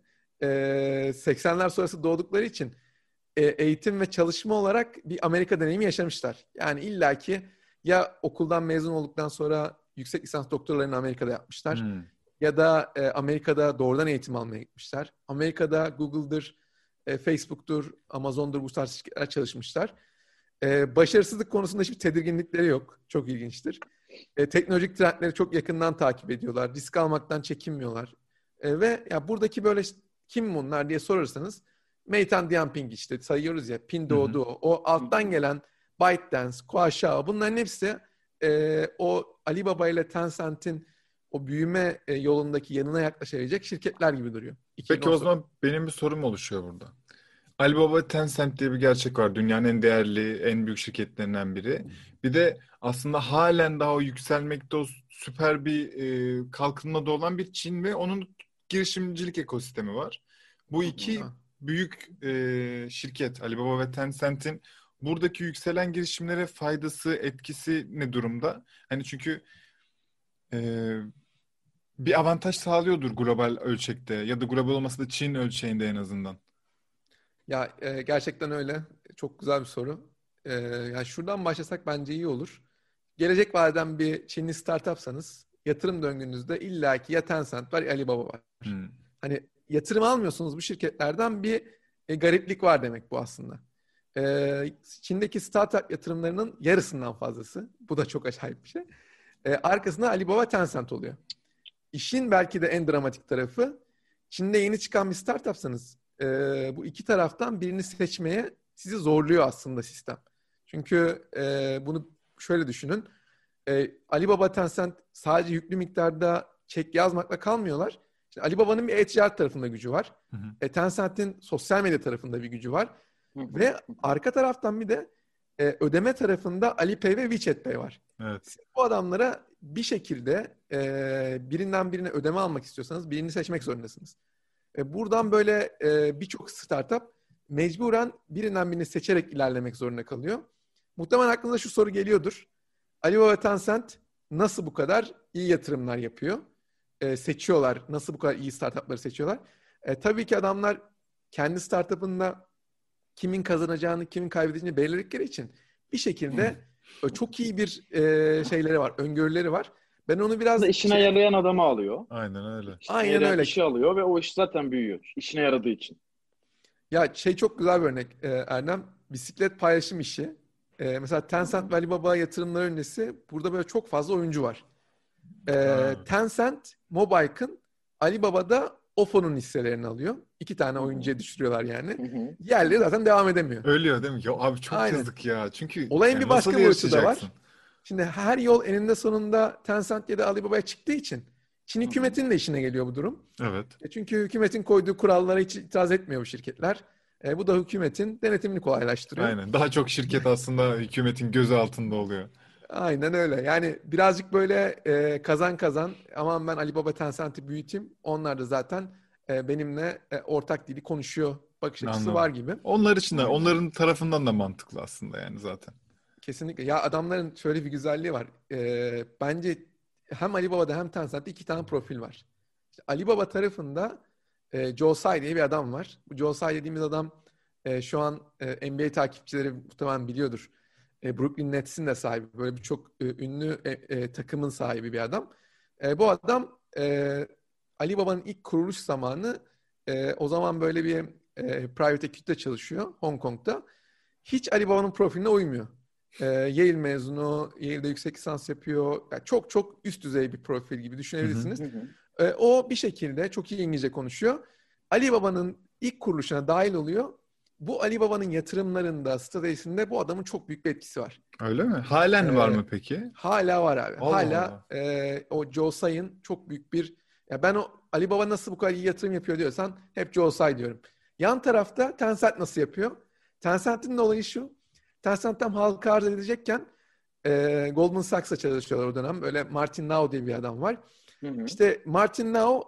80'ler sonrası doğdukları için eğitim ve çalışma olarak bir Amerika deneyimi yaşamışlar. Yani illaki ya okuldan mezun olduktan sonra yüksek lisans doktoralarını Amerika'da yapmışlar. Ya da Amerika'da doğrudan eğitim almaya gitmişler. Amerika'da Google'dır, Facebook'tur, Amazon'dur bu tarz şirketler çalışmışlar. Başarısızlık konusunda hiçbir tedirginlikleri yok. Çok ilginçtir. Teknolojik trendleri çok yakından takip ediyorlar. Risk almaktan çekinmiyorlar. Ve ya buradaki böyle kim bunlar diye sorarsanız Meituan Dianping işte sayıyoruz ya Pinduoduo. O alttan gelen ByteDance, Kuaishou bunların hepsi o Alibaba ile Tencent'in o büyüme yolundaki yanına yaklaşabilecek şirketler gibi duruyor. Peki o zaman benim bir sorum oluşuyor burada. Alibaba, Tencent diye bir gerçek var. Dünyanın en değerli, en büyük şirketlerinden biri. Bir de aslında halen daha o yükselmekte o süper bir kalkınmada olan bir Çin ve onun girişimcilik ekosistemi var. Bu iki büyük şirket, Alibaba ve Tencent'in buradaki yükselen girişimlere faydası, etkisi ne durumda? Hani çünkü bir avantaj sağlıyordur global ölçekte ya da global olmasa da Çin ölçeğinde en azından. Ya gerçekten öyle. Çok güzel bir soru. Yani şuradan başlasak bence iyi olur. Gelecek vadeden bir Çinli startupsanız yatırım döngünüzde illaki ya Tencent var ya Alibaba var. Hani yatırım almıyorsunuz bu şirketlerden bir gariplik var demek bu aslında. Çin'deki startup yatırımlarının yarısından fazlası. Bu da çok acayip bir şey. Arkasında Alibaba, Tencent oluyor. İşin belki de en dramatik tarafı Çin'de yeni çıkan bir startupsanız bu iki taraftan birini seçmeye sizi zorluyor aslında sistem. Çünkü bunu şöyle düşünün. Alibaba, Tencent sadece yüklü miktarda çek yazmakla kalmıyorlar. Şimdi Alibaba'nın bir e-ticaret tarafında gücü var. Tencent'in sosyal medya tarafında bir gücü var. Ve arka taraftan bir de ödeme tarafında Alipay ve WeChat Pay var. Evet. Bu adamlara bir şekilde birinden birine ödeme almak istiyorsanız birini seçmek zorundasınız. Buradan böyle birçok startup mecburen birinden birini seçerek ilerlemek zorunda kalıyor. Muhtemelen aklınıza şu soru geliyordur. Alibaba ve Tencent nasıl bu kadar iyi yatırımlar yapıyor? Seçiyorlar. Nasıl bu kadar iyi startupları seçiyorlar? Tabii ki adamlar kendi startup'ında kimin kazanacağını, kimin kaybedeceğini belirledikleri için bir şekilde çok iyi bir şeyleri var, öngörüleri var. Ben onu biraz işine yarayan adamı alıyor. Aynen öyle. Aynen öyle. İşi alıyor ve o iş zaten büyüyor. İşine yaradığı için. Ya çok güzel bir örnek Erdem. Bisiklet paylaşım işi. Mesela Tencent ve Alibaba yatırımları öncesi burada böyle çok fazla oyuncu var. Tencent, Mobile'ın Alibaba'da Offo'nun hisselerini alıyor. 2 tane oyuncuya düşürüyorlar yani. Diğerleri zaten devam edemiyor. Ölüyor değil mi? Ya abi çok Aynen. yazık ya. Çünkü Olayın yani bir başka nasıl boyutu da var. yaşayacaksın? Şimdi her yol eninde sonunda Tencent ya da Alibaba'ya çıktığı için Çin hükümetinin de işine geliyor bu durum. Evet. Çünkü hükümetin koyduğu kurallara hiç itiraz etmiyor bu şirketler. Bu da hükümetin denetimini kolaylaştırıyor. Aynen. Daha çok şirket aslında hükümetin gözü altında oluyor. Aynen öyle. Yani birazcık böyle kazan kazan. Aman ben Alibaba Tencent'i büyüteyim. Onlar da zaten benimle ortak dili konuşuyor. Bakış açısı Anladım. var gibi. Onlar için de, Aynen. onların tarafından da mantıklı aslında yani zaten. Kesinlikle. Ya adamların şöyle bir güzelliği var. Bence hem Alibaba'da hem Tencent'te 2 tane profil var. İşte Alibaba tarafında Joe Tsai diye bir adam var. Bu Joe Tsai dediğimiz adam şu an NBA takipçileri muhtemelen biliyordur. Brooklyn Nets'in de sahibi. Böyle birçok ünlü takımın sahibi bir adam. Bu adam Alibaba'nın ilk kuruluş zamanı o zaman böyle bir private equity'de çalışıyor Hong Kong'da. Hiç Alibaba'nın profiline uymuyor. Yale mezunu, Yale'de yüksek lisans yapıyor. Yani çok çok üst düzey bir profil gibi düşünebilirsiniz. O bir şekilde çok iyi İngilizce konuşuyor. Alibaba'nın ilk kuruluşuna dahil oluyor. Bu Alibaba'nın yatırımlarında, stratejisinde bu adamın çok büyük bir etkisi var. Öyle mi? Halen var mı peki? Hala var abi. Allah Hala Allah. o Joe Tsai'ın çok büyük bir... Ya ben o Alibaba nasıl bu kadar iyi yatırım yapıyor diyorsan hep Joe Tsai diyorum. Yan tarafta Tencent nasıl yapıyor? Tencent'in de olayı şu. Tencent tam halka arz edilecekken Goldman Sachs'a çalışıyorlar o dönem. Böyle Martin Lau diye bir adam var. İşte Martin Lau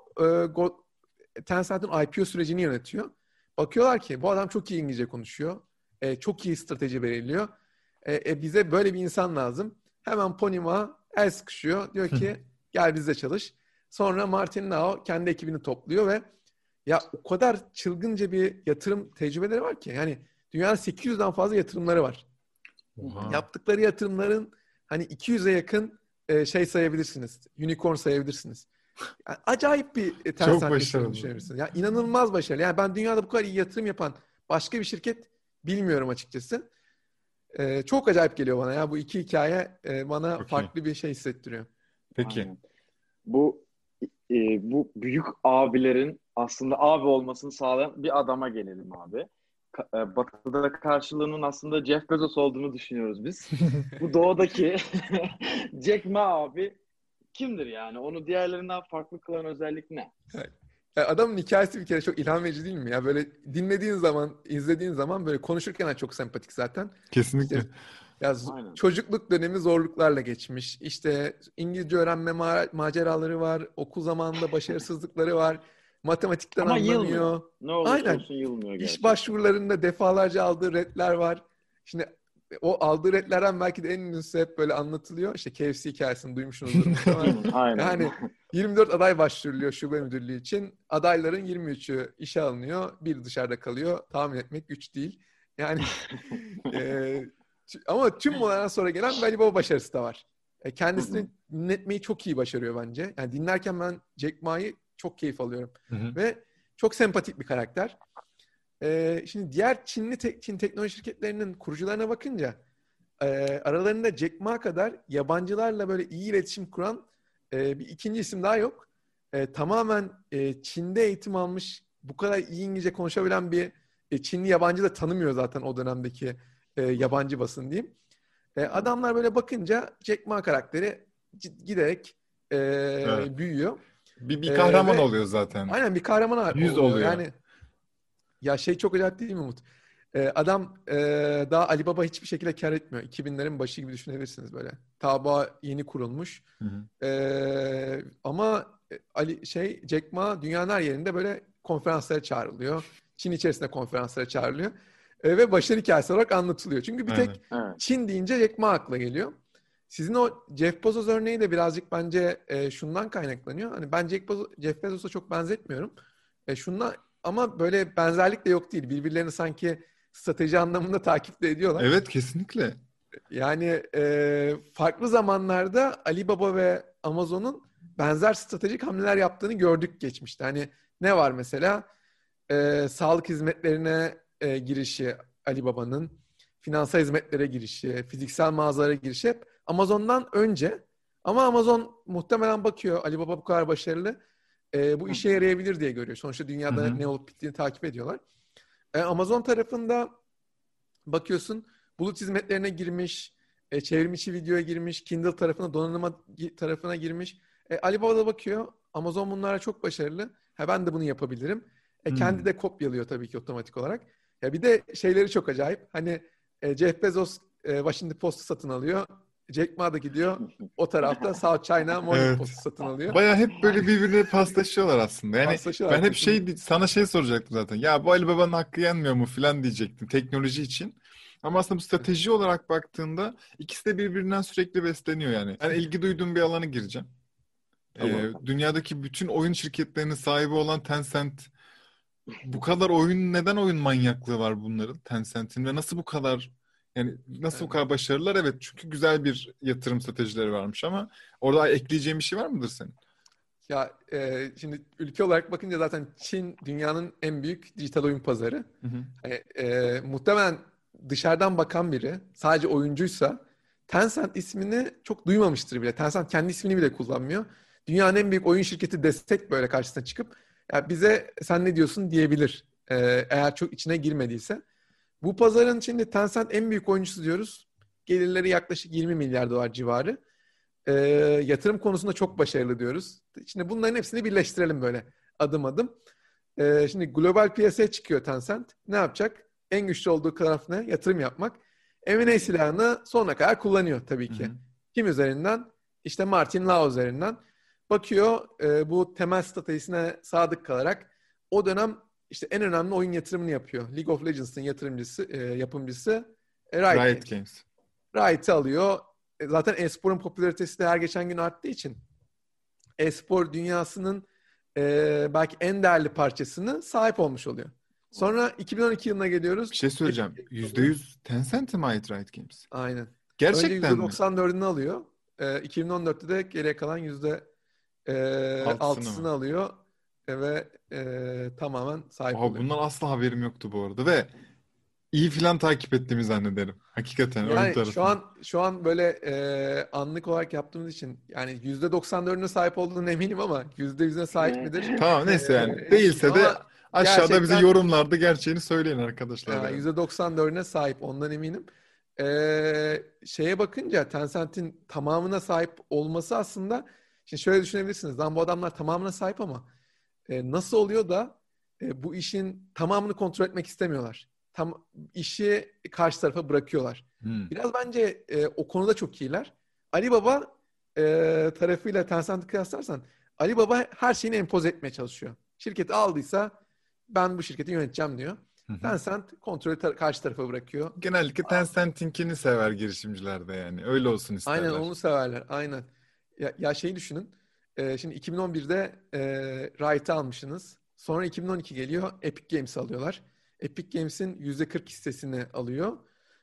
Tencent'in IPO sürecini yönetiyor. Bakıyorlar ki bu adam çok iyi İngilizce konuşuyor. Çok iyi strateji belirliyor. Bize böyle bir insan lazım. Hemen Ponyma el sıkışıyor. Diyor ki gel bizle çalış. Sonra Martin Lau kendi ekibini topluyor ve ya o kadar çılgınca bir yatırım tecrübeleri var ki. Yani dünyanın 800'den fazla yatırımları var. Oha. Yaptıkları yatırımların hani 200'e yakın şey sayabilirsiniz. Unicorn sayabilirsiniz. Yani acayip bir Çok Tencent yatırım başarılı. düşünebilirsiniz. Ya inanılmaz başarılı. Yani ben dünyada bu kadar iyi yatırım yapan başka bir şirket bilmiyorum açıkçası. Çok acayip geliyor bana ya bu iki hikaye bana Çok iyi. farklı bir şey hissettiriyor. Peki. Aynen. Bu büyük abilerin aslında abi olmasını sağlayan bir adama gelelim abi. Batı'da karşılığının aslında Jeff Bezos olduğunu düşünüyoruz biz. Bu doğudaki Jack Ma abi kimdir yani? Onu diğerlerinden farklı kılan özellik ne? Ya adamın hikayesi bir kere çok ilham verici değil mi? Ya böyle dinlediğin zaman, izlediğin zaman böyle konuşurken de çok sempatik zaten. Kesinlikle. İşte ya Aynen. çocukluk dönemi zorluklarla geçmiş. İşte İngilizce öğrenme maceraları var. Okul zamanında başarısızlıkları var. Matematikten Ama anlamıyor. yılmıyor. Ne olursa Aynen. olsun yılmıyor İş gerçekten. başvurularında defalarca aldığı retler var. Şimdi o aldığı retlerden belki de en ünlüsü hep böyle anlatılıyor. İşte KFC hikayesini duymuşsunuzdur muhtemelen. Aynen. Yani 24 aday başvuruluyor şube müdürlüğü için. Adayların 23'ü işe alınıyor. Bir dışarıda kalıyor. Tahmin etmek güç değil. Yani ama tüm bunlardan sonra gelen bir Alibaba başarısı da var. Kendisini dinletmeyi çok iyi başarıyor bence. Yani dinlerken ben Jack Ma'yı çok keyif alıyorum. Ve çok sempatik bir karakter. Şimdi diğer Çin teknoloji şirketlerinin kurucularına bakınca aralarında Jack Ma kadar yabancılarla böyle iyi iletişim kuran bir ikinci isim daha yok. Tamamen Çin'de eğitim almış, bu kadar iyi İngilizce konuşabilen bir Çinli yabancı da tanımıyor zaten o dönemdeki yabancı basın diyeyim. Adamlar böyle bakınca Jack Ma karakteri giderek Evet. büyüyor. Bir kahraman ve oluyor zaten. Aynen bir kahraman Yüz oluyor. oluyor. Yani ya şey çok acayip değil mi Umut? Adam daha Alibaba hiçbir şekilde kar etmiyor. 2000'lerin başı gibi düşünebilirsiniz böyle. Taobao yeni kurulmuş. Hı hı. Ama Jack Ma dünyanın her yerinde böyle konferanslara çağrılıyor. Çin içerisinde konferanslara çağrılıyor. Ve başarı hikayesi olarak anlatılıyor. Çünkü bir Aynen. tek Evet. Çin deyince Jack Ma akla geliyor. Sizin o Jeff Bezos örneği de birazcık bence şundan kaynaklanıyor. Hani ben Jeff Bezos'a çok benzetmiyorum. Şundan ama böyle benzerlik de yok değil. Birbirlerini sanki strateji anlamında takip de ediyorlar. Evet, kesinlikle. Yani farklı zamanlarda Alibaba ve Amazon'un benzer stratejik hamleler yaptığını gördük geçmişte. Hani ne var mesela? Sağlık hizmetlerine girişi Alibaba'nın, finansal hizmetlere girişi, fiziksel mağazalara girişi hep Amazon'dan önce. Ama Amazon muhtemelen bakıyor Alibaba bu kadar başarılı. Bu işe yarayabilir diye görüyor. Sonuçta dünyada Hı hı. ne olup bittiğini takip ediyorlar. Amazon tarafında bakıyorsun bulut hizmetlerine girmiş, çevrimiçi videoya girmiş, Kindle tarafına, donanıma tarafına girmiş. Alibaba da bakıyor, Amazon bunlara çok başarılı. Ben de bunu yapabilirim. Kendi de kopyalıyor tabii ki otomatik olarak. Bir de şeyleri çok acayip. Hani Jeff Bezos Washington Post'u satın alıyor. Jack Ma da gidiyor. O tarafta South China Morning Evet. Post'u satın alıyor. Baya hep böyle birbirine paslaşıyorlar aslında. Yani Paslaşıyorlar ben hep kesinlikle. sana soracaktım zaten. Ya bu Ali Baba'nın hakkı yenmiyor mu falan diyecektim teknoloji için. Ama aslında bu strateji olarak baktığında ikisi de birbirinden sürekli besleniyor yani. Ben ilgi duyduğum bir alana gireceğim. Tamam. Dünyadaki bütün oyun şirketlerinin sahibi olan Tencent. Bu kadar neden oyun manyaklığı var bunların, Tencent'in, ve nasıl bu kadar, yani nasıl bu Evet. kadar başarılılar? Evet, çünkü güzel bir yatırım stratejileri varmış ama orada ekleyeceğim bir şey var mıdır senin? Şimdi ülke olarak bakınca zaten Çin dünyanın en büyük dijital oyun pazarı. Hı hı. Muhtemelen dışarıdan bakan biri sadece oyuncuysa Tencent ismini çok duymamıştır bile. Tencent kendi ismini bile kullanmıyor. Dünyanın en büyük oyun şirketi destek böyle karşısına çıkıp ya bize sen ne diyorsun diyebilir. Eğer çok içine girmediyse. Bu pazarın şimdi Tencent en büyük oyuncusu diyoruz. Gelirleri yaklaşık 20 milyar dolar civarı. Ee, Yatırım konusunda çok başarılı diyoruz. Şimdi bunların hepsini birleştirelim böyle adım adım. Şimdi global piyasaya çıkıyor Tencent. Ne yapacak? En güçlü olduğu taraf ne? Yatırım yapmak. M&A silahını sonuna kadar kullanıyor tabii Hı ki. hı. Kim üzerinden? İşte Martin Lau üzerinden. Bakıyor bu temel stratejisine sadık kalarak o dönem işte en önemli oyun yatırımını yapıyor. League of Legends'ın yapımcısı Riot Riot Games. Games. Riot'ı alıyor. Zaten e-sporun popülaritesi de her geçen gün arttığı için e-spor dünyasının belki en değerli parçasını sahip olmuş oluyor. Sonra 2012 yılına geliyoruz. Bir şey Epic söyleyeceğim. Games alıyor. %100 Tencent'e mi ait Riot Games? Aynen. Önce Gerçekten mi? %94'ünü alıyor. 2014'te de geriye kalan Altısını %6'sını mı? alıyor. Ve tamamen sahip Oha, oluyor. bundan asla haberim yoktu bu arada ve iyi filan takip ettiğimi zannederim. Hakikaten oyun Yani şu tarafını. an şu an böyle anlık olarak yaptığımız için yani %94'üne sahip olduğunu eminim ama %100'üne sahip midir? Tamam, neyse, yani değilse Bilmiyorum de ama aşağıda bize gerçekten yorumlarda gerçeğini söyleyin arkadaşlar yani. %94'üne sahip ondan eminim. Şeye bakınca Tencent'in tamamına sahip olması aslında şimdi şöyle düşünebilirsiniz. Lan bu adamlar tamamına sahip ama nasıl oluyor da bu işin tamamını kontrol etmek istemiyorlar. İşi karşı tarafa bırakıyorlar. Hmm. Biraz bence o konuda çok iyiler. Alibaba tarafıyla Tencent'i kıyaslarsan Alibaba her şeyini empoze etmeye çalışıyor. Şirketi aldıysa ben bu şirketi yöneteceğim diyor. Hı hı. Tencent kontrolü karşı tarafa bırakıyor. Genellikle Tencent'inkini sever girişimciler de yani. Öyle olsun Aynen isterler. onu severler. Aynen. Ya şeyi düşünün. Şimdi 2011'de Riot'ı almışsınız. Sonra 2012 geliyor. Epic Games alıyorlar. Epic Games'in %40 hissesini alıyor.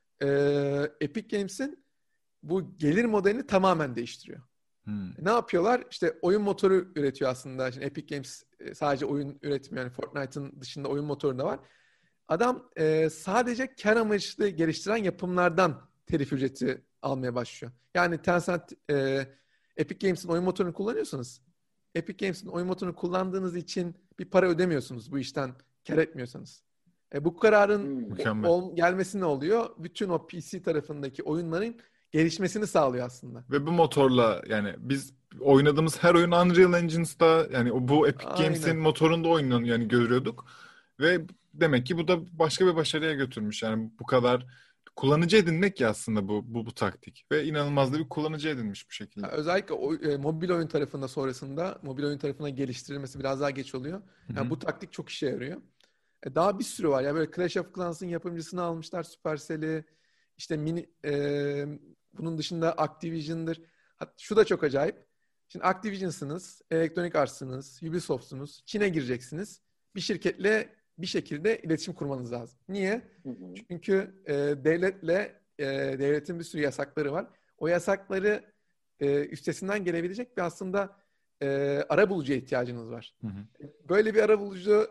Epic Games'in bu gelir modelini tamamen değiştiriyor. Hmm. Ne yapıyorlar? İşte oyun motoru üretiyor aslında. Şimdi Epic Games sadece oyun üretmiyor. Yani Fortnite'ın dışında oyun motoru da var. Adam sadece kar amaçlı geliştiren yapımlardan telif ücreti almaya başlıyor. Yani Tencent Epic Games'in oyun motorunu kullanıyorsanız Epic Games'in oyun motorunu kullandığınız için bir para ödemiyorsunuz bu işten kar etmiyorsanız. Bu kararın Mükemmel. gelmesi ne oluyor? Bütün o PC tarafındaki oyunların gelişmesini sağlıyor aslında. Ve bu motorla yani biz oynadığımız her oyun Unreal Engine'da, yani bu Epic Games'in Aynen. motorunda oynanıyor yani, görüyorduk. Ve demek ki bu da başka bir başarıya götürmüş. Yani bu kadar kullanıcı edinmek ya aslında bu taktik. Ve inanılmaz da bir kullanıcı edinmiş bu şekilde. Özellikle mobil oyun tarafında sonrasında mobil oyun tarafına geliştirilmesi biraz daha geç oluyor. Yani bu taktik çok işe yarıyor. Daha bir sürü var. Ya böyle Clash of Clans'ın yapımcısını almışlar, Supercell'i. İşte bunun dışında Activision'dır. Şu da çok acayip. Şimdi Activision'sınız, Electronic Arts'sınız, Ubisoft'sunuz. Çin'e gireceksiniz. Bir şirketle bir şekilde iletişim kurmanız lazım. Niye? Çünkü devletin bir sürü yasakları var. O yasakları üstesinden gelebilecek bir aslında arabulucuya ihtiyacınız var. Böyle bir arabulucu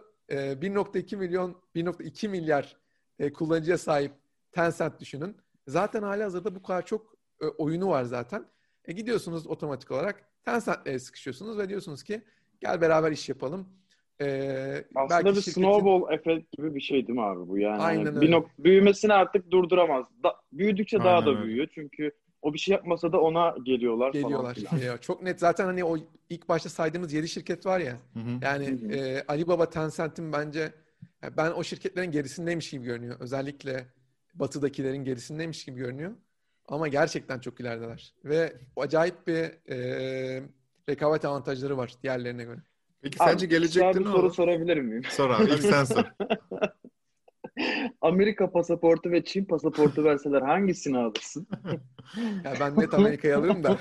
1.2 milyar kullanıcıya sahip Tencent düşünün. Zaten halihazırda bu kadar çok oyunu var zaten. Gidiyorsunuz otomatik olarak Tencent'le sıkışıyorsunuz ve diyorsunuz ki gel beraber iş yapalım. Aslında Belki bir snowball efekt gibi bir şey değil mi abi bu? Yani Aynen hani öyle. büyümesini artık durduramaz. Büyüdükçe daha Aynen da öyle. büyüyor. Çünkü o bir şey yapmasa da ona geliyorlar falan filan. Geliyorlar. Çok net. Zaten hani o ilk başta saydığımız 7 şirket var ya. Yani Alibaba, Tencent'in bence ben o şirketlerin gerisindeymiş gibi görünüyor. Özellikle batıdakilerin gerisindeymiş gibi görünüyor. Ama gerçekten çok ilerideler. Ve acayip bir rekabet avantajları var diğerlerine göre. Peki Abi, sence gelecekte bir ne soru olur? sorabilir miyim? Sor abi. İlk sen sor. Amerika pasaportu ve Çin pasaportu verseler hangisini alırsın? Ya ben net Amerika'yı alırım da.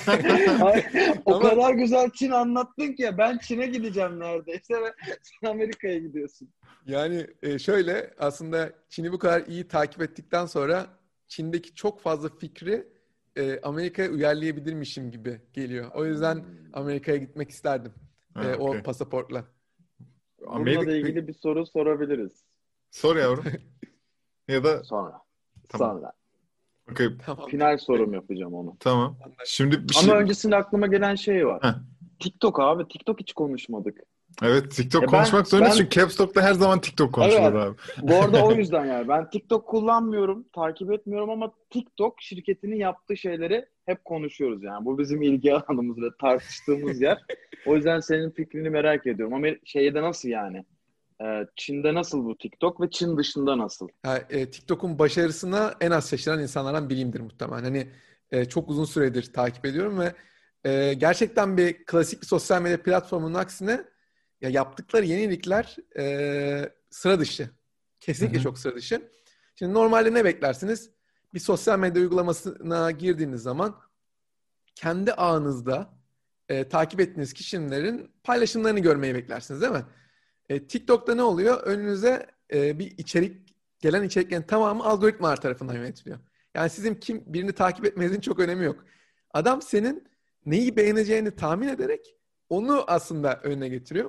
O Ama kadar güzel Çin anlattın ki ya ben Çin'e gideceğim neredeyse ve sen Amerika'ya gidiyorsun. yani şöyle aslında Çin'i bu kadar iyi takip ettikten sonra Çin'deki çok fazla fikri Amerika'ya uyarlayabilirmişim gibi geliyor. O yüzden Amerika'ya gitmek isterdim. Ha, O okey. pasaportla. Bununla da ilgili bir soru sorabiliriz. Sor yavrum. Ya da Sonra. tamam. Sonra. Okey. Tamam. Final sorum yapacağım onu. Tamam. Şimdi bir Ama şey... öncesinde aklıma gelen şey var. Heh. TikTok abi. TikTok hiç konuşmadık. Evet, TikTok Ben konuşmak zorundayız çünkü Caps Lock'ta her zaman TikTok konuşulur evet. abi. Bu arada o yüzden yani. Ben TikTok kullanmıyorum, takip etmiyorum ama TikTok şirketinin yaptığı şeyleri hep konuşuyoruz yani. Bu bizim ilgi alanımız ve tartıştığımız yer. O yüzden senin fikrini merak ediyorum. Ama şeyde nasıl yani? Çin'de nasıl bu TikTok ve Çin dışında nasıl? TikTok'un başarısına en az şaşıran insanlardan biriyimdir muhtemelen. Hani çok uzun süredir takip ediyorum ve gerçekten bir klasik bir sosyal medya platformunun aksine ya yaptıkları yenilikler sıra dışı. Kesinlikle çok sıra dışı. Şimdi normalde ne beklersiniz? Bir sosyal medya uygulamasına girdiğiniz zaman kendi ağınızda takip ettiğiniz kişilerin paylaşımlarını görmeyi beklersiniz değil mi? TikTok'ta ne oluyor? Önünüze bir gelen içeriklerin tamamı algoritmalar tarafından yönetiliyor. Yani sizin birini takip etmenizin çok önemi yok. Adam senin neyi beğeneceğini tahmin ederek onu aslında önüne getiriyor.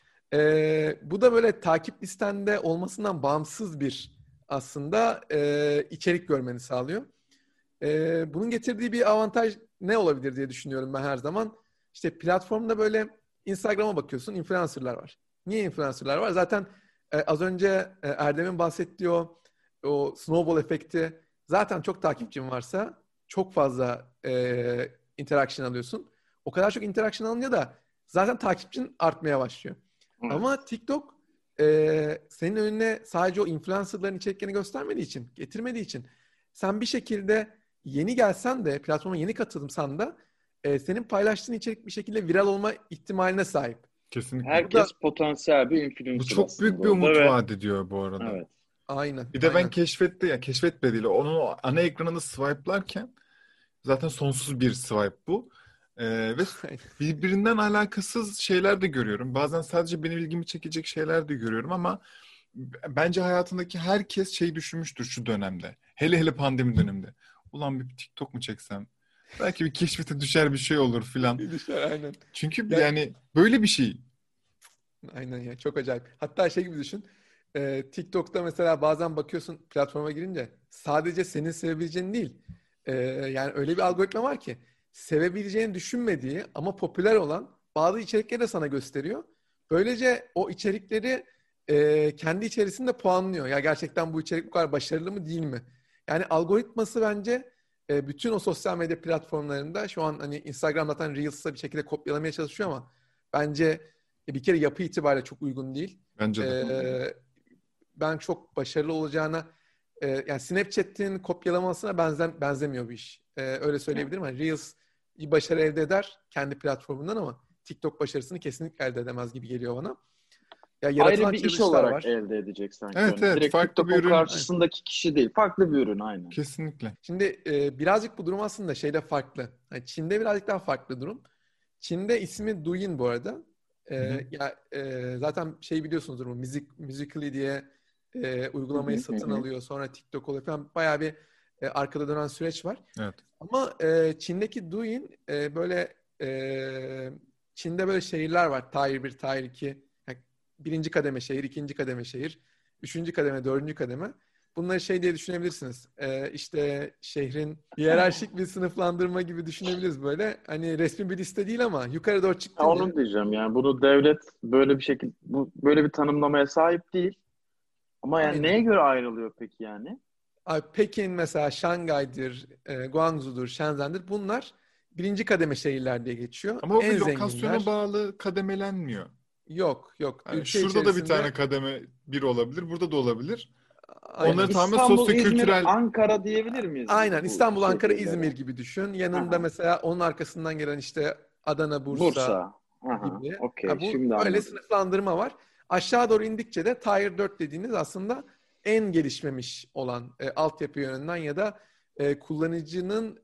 Bu da böyle takip listende olmasından bağımsız bir aslında içerik görmeni sağlıyor. Bunun getirdiği bir avantaj ne olabilir diye düşünüyorum ben her zaman. İşte platformda böyle Instagram'a bakıyorsun, influencerlar var. Niye influencerlar var? Zaten az önce Erdem'in bahsettiği o snowball efekti, zaten çok takipçin varsa çok fazla interaction alıyorsun. O kadar çok interaction alınca da zaten takipçin artmaya başlıyor. Evet. Ama TikTok senin önüne sadece o influencerların içeriklerini göstermediği için, getirmediği için sen bir şekilde yeni gelsen de, platforma yeni katılımsan da senin paylaştığın içerik bir şekilde viral olma ihtimaline sahip. Kesinlikle. Herkes potansiyel bir influencer. Bu çok büyük bir umut vaat ediyor bu arada. Evet. Aynen. Bir de ben keşfetmediğiyle onun ana ekranını swipe'larken zaten sonsuz bir swipe bu. Ve birbirinden alakasız şeyler de görüyorum. Bazen sadece benim ilgimi çekecek şeyler de görüyorum ama bence hayatındaki herkes düşünmüştür şu dönemde. Hele pandemi döneminde. Ulan bir TikTok mu çeksem? Belki bir keşfete düşer bir şey olur filan. Düşer aynen. Çünkü yani böyle bir şey. Aynen ya, çok acayip. Hatta şey gibi düşün. TikTok'ta mesela bazen bakıyorsun platforma girince sadece senin sevebileceğin değil. Yani öyle bir algoritma var ki sevebileceğini düşünmediği ama popüler olan bazı içerikleri de sana gösteriyor. Böylece o içerikleri kendi içerisinde puanlıyor. Ya gerçekten bu içerik bu kadar başarılı mı değil mi? Yani algoritması bence bütün o sosyal medya platformlarında şu an hani Instagram zaten Reels'ı bir şekilde kopyalamaya çalışıyor ama bence bir kere yapı itibariyle çok uygun değil. Bence de. ben çok başarılı olacağına yani Snapchat'in kopyalamasına benzemiyor bu iş. Öyle söyleyebilirim. Yani Reels bir başarı elde eder kendi platformundan ama TikTok başarısını kesinlikle elde edemez gibi geliyor bana. Ya Ayrı yaratılan bir iş challenge'lar olarak var. elde edecek sanki Evet, onu. evet, Direkt farklı bir TikTok'un ürün. karşısındaki kişi değil. Farklı bir ürün aynen. Kesinlikle. Şimdi birazcık bu durum aslında şeyde farklı. Yani Çin'de birazcık daha farklı durum. Çin'de ismi Douyin bu arada. Zaten şey biliyorsunuzdur, bu Musical.ly diye uygulamayı satın alıyor. Sonra TikTok oluyor falan. Bayağı bir arkada dönen süreç var. Evet. Ama Çin'deki Douyin böyle Çin'de böyle şehirler var. Tier 1, Tier 2. Yani birinci kademe şehir, ikinci kademe şehir, üçüncü kademe, dördüncü kademe. Bunları şey diye düşünebilirsiniz. İşte şehrin hiyerarşik bir sınıflandırma gibi düşünebiliriz böyle. Hani resmi bir liste değil ama yukarı doğru Ya çıktınca. onu diyeceğim yani bunu devlet böyle bir şekilde böyle bir tanımlamaya sahip değil. Ama yani Aynen. neye göre ayrılıyor peki yani? Abi Pekin mesela, Şangay'dır, Guangzhou'dur, Shenzhen'dir. Bunlar birinci kademe şehirler diye geçiyor. Ama o bir En lokasyona zenginler. bağlı kademelenmiyor. Yok. Yani Ülke şurada da bir içerisinde tane kademe bir olabilir, burada da olabilir. Yani aynen. Onları tamamen İstanbul, İzmir, sosyo-kültürel. Ankara diyebilir miyiz Aynen. bu İstanbul, Ankara, İzmir şehirlere? gibi düşün. Yanında Aha. mesela onun arkasından gelen işte Adana, Bursa Bursa. Aha. gibi. Okey. Ha, bu Şimdi böyle anladım. sınıflandırma var. Aşağı doğru indikçe de Tier 4 dediğiniz aslında en gelişmemiş olan altyapı yönünden ya da kullanıcının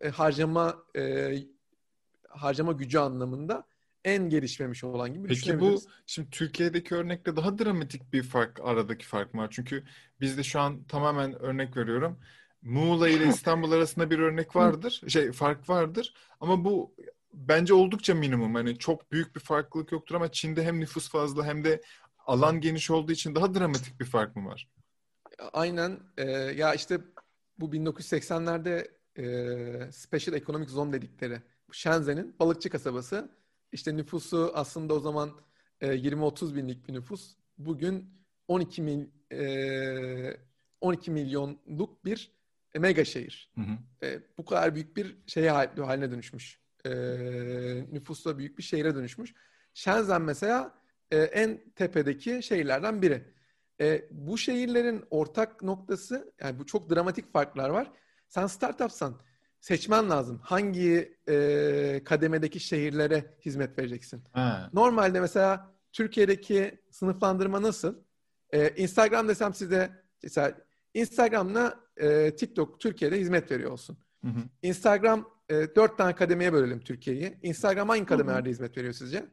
harcama gücü anlamında en gelişmemiş olan gibi Peki bu düşünebiliriz. şimdi Türkiye'deki örnekte daha dramatik bir fark, aradaki fark var. Çünkü bizde şu an tamamen örnek veriyorum. Muğla ile İstanbul arasında bir örnek vardır. Fark vardır. Ama bu bence oldukça minimum. Hani çok büyük bir farklılık yoktur ama Çin'de hem nüfus fazla hem de alan geniş olduğu için daha dramatik bir fark mı var? Aynen. Ya işte bu 1980'lerde Special Economic Zone dedikleri bu Shenzhen'in balıkçı kasabası. İşte nüfusu aslında o zaman 20-30 binlik bir nüfus. Bugün 12 milyonluk bir mega şehir. Hı hı. Bu kadar büyük bir haline dönüşmüş. Nüfusla büyük bir şehire dönüşmüş. Shenzhen mesela en tepedeki şehirlerden biri. Bu şehirlerin ortak noktası, yani bu çok dramatik farklar var. Sen startupsan seçmen lazım. Hangi kademedeki şehirlere hizmet vereceksin? Ha. Normalde mesela Türkiye'deki sınıflandırma nasıl? Instagram desem size mesela Instagram'la TikTok Türkiye'de hizmet veriyor olsun. Hı hı. Instagram 4 tane kademeye bölelim Türkiye'yi. Instagram hangi Hı hı. kademelerde hizmet veriyor sizce?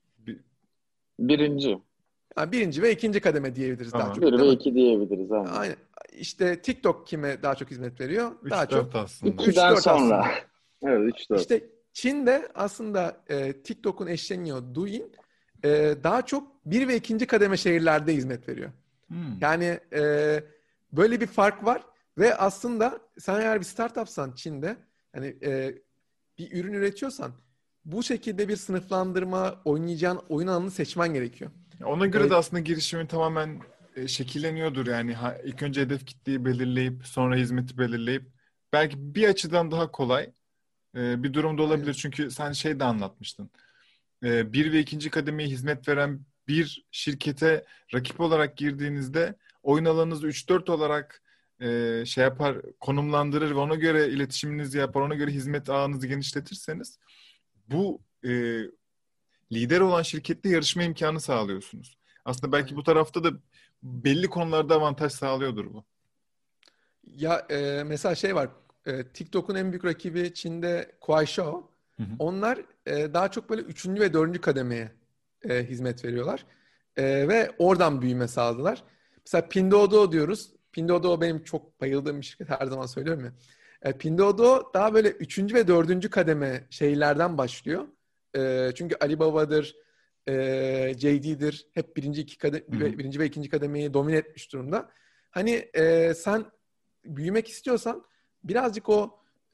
Birinci. Yani birinci ve ikinci kademe diyebiliriz daha Tamam. çok, Bir değil ve mi? iki diyebiliriz aynen. Aynen. İşte TikTok kime daha çok hizmet veriyor? Daha 3-4 çok aslında. 2'den 3-4 sonra. aslında. Evet 3-4. İşte Çin'de aslında TikTok'un eşleniyor Douyin daha çok bir ve ikinci kademe şehirlerde hizmet veriyor. Hmm. Yani böyle bir fark var ve aslında sen eğer bir startupsan Çin'de hani bir ürün üretiyorsan bu şekilde bir sınıflandırma, oynayacağın oyun alanını seçmen gerekiyor. Ona göre de aslında girişimin tamamen şekilleniyordur. Yani ilk önce hedef kitleyi belirleyip sonra hizmeti belirleyip belki bir açıdan daha kolay bir durumda olabilir. Aynen. Çünkü sen şey de anlatmıştın. Bir ve ikinci kademeye hizmet veren bir şirkete rakip olarak girdiğinizde oyun alanınızı 3-4 olarak şey yapar, konumlandırır ve ona göre iletişiminizi yapar, ona göre hizmet ağınızı genişletirseniz bu lider olan şirkette yarışma imkanı sağlıyorsunuz. Aslında belki Aynen. bu tarafta da belli konularda avantaj sağlıyordur bu. Ya mesela şey var. TikTok'un en büyük rakibi Çin'de Kuaishou. Hı hı. Onlar daha çok böyle üçüncü ve dördüncü kademeye hizmet veriyorlar. Ve oradan büyüme sağladılar. Mesela Pinduoduo diyoruz. Pinduoduo benim çok bayıldığım bir şirket. Her zaman söylüyorum ya. Pinduoduo daha böyle üçüncü ve dördüncü kademe şeylerden başlıyor. Çünkü Alibaba'dır, JD'dir. Hep Hı hı. birinci ve ikinci kademeyi domine etmiş durumda. Hani sen büyümek istiyorsan birazcık o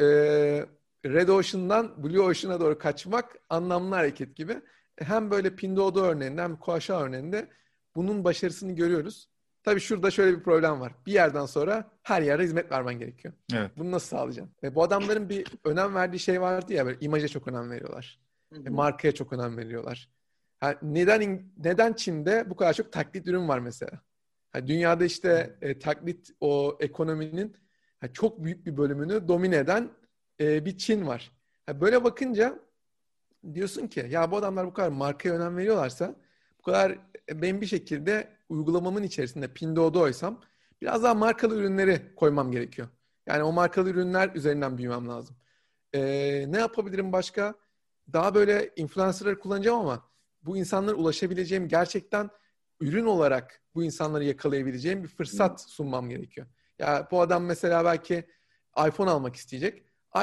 Red Ocean'dan Blue Ocean'a doğru kaçmak anlamlı hareket gibi. Hem böyle Pinduoduo örneğinde hem Kuaishou örneğinde bunun başarısını görüyoruz. Tabii şurada şöyle bir problem var. Bir yerden sonra her yere hizmet vermen gerekiyor. Evet. Bunu nasıl sağlayacaksın? Bu adamların bir önem verdiği şey vardı ya, böyle imaja çok önem veriyorlar. Markaya çok önem veriyorlar. Neden Çin'de bu kadar çok taklit ürün var mesela? Ha, dünyada işte taklit o ekonominin çok büyük bir bölümünü domine eden bir Çin var. Ha, böyle bakınca diyorsun ki ya bu adamlar bu kadar markaya önem veriyorlarsa bu kadar ben bir şekilde uygulamamın içerisinde Pinduoduo'ysam biraz daha markalı ürünleri koymam gerekiyor. Yani o markalı ürünler üzerinden büyümem lazım. Ne yapabilirim başka? Daha böyle influencer'ları kullanacağım ama bu insanlara ulaşabileceğim gerçekten ürün olarak bu insanları yakalayabileceğim bir fırsat sunmam gerekiyor. Ya bu adam mesela belki iPhone almak isteyecek.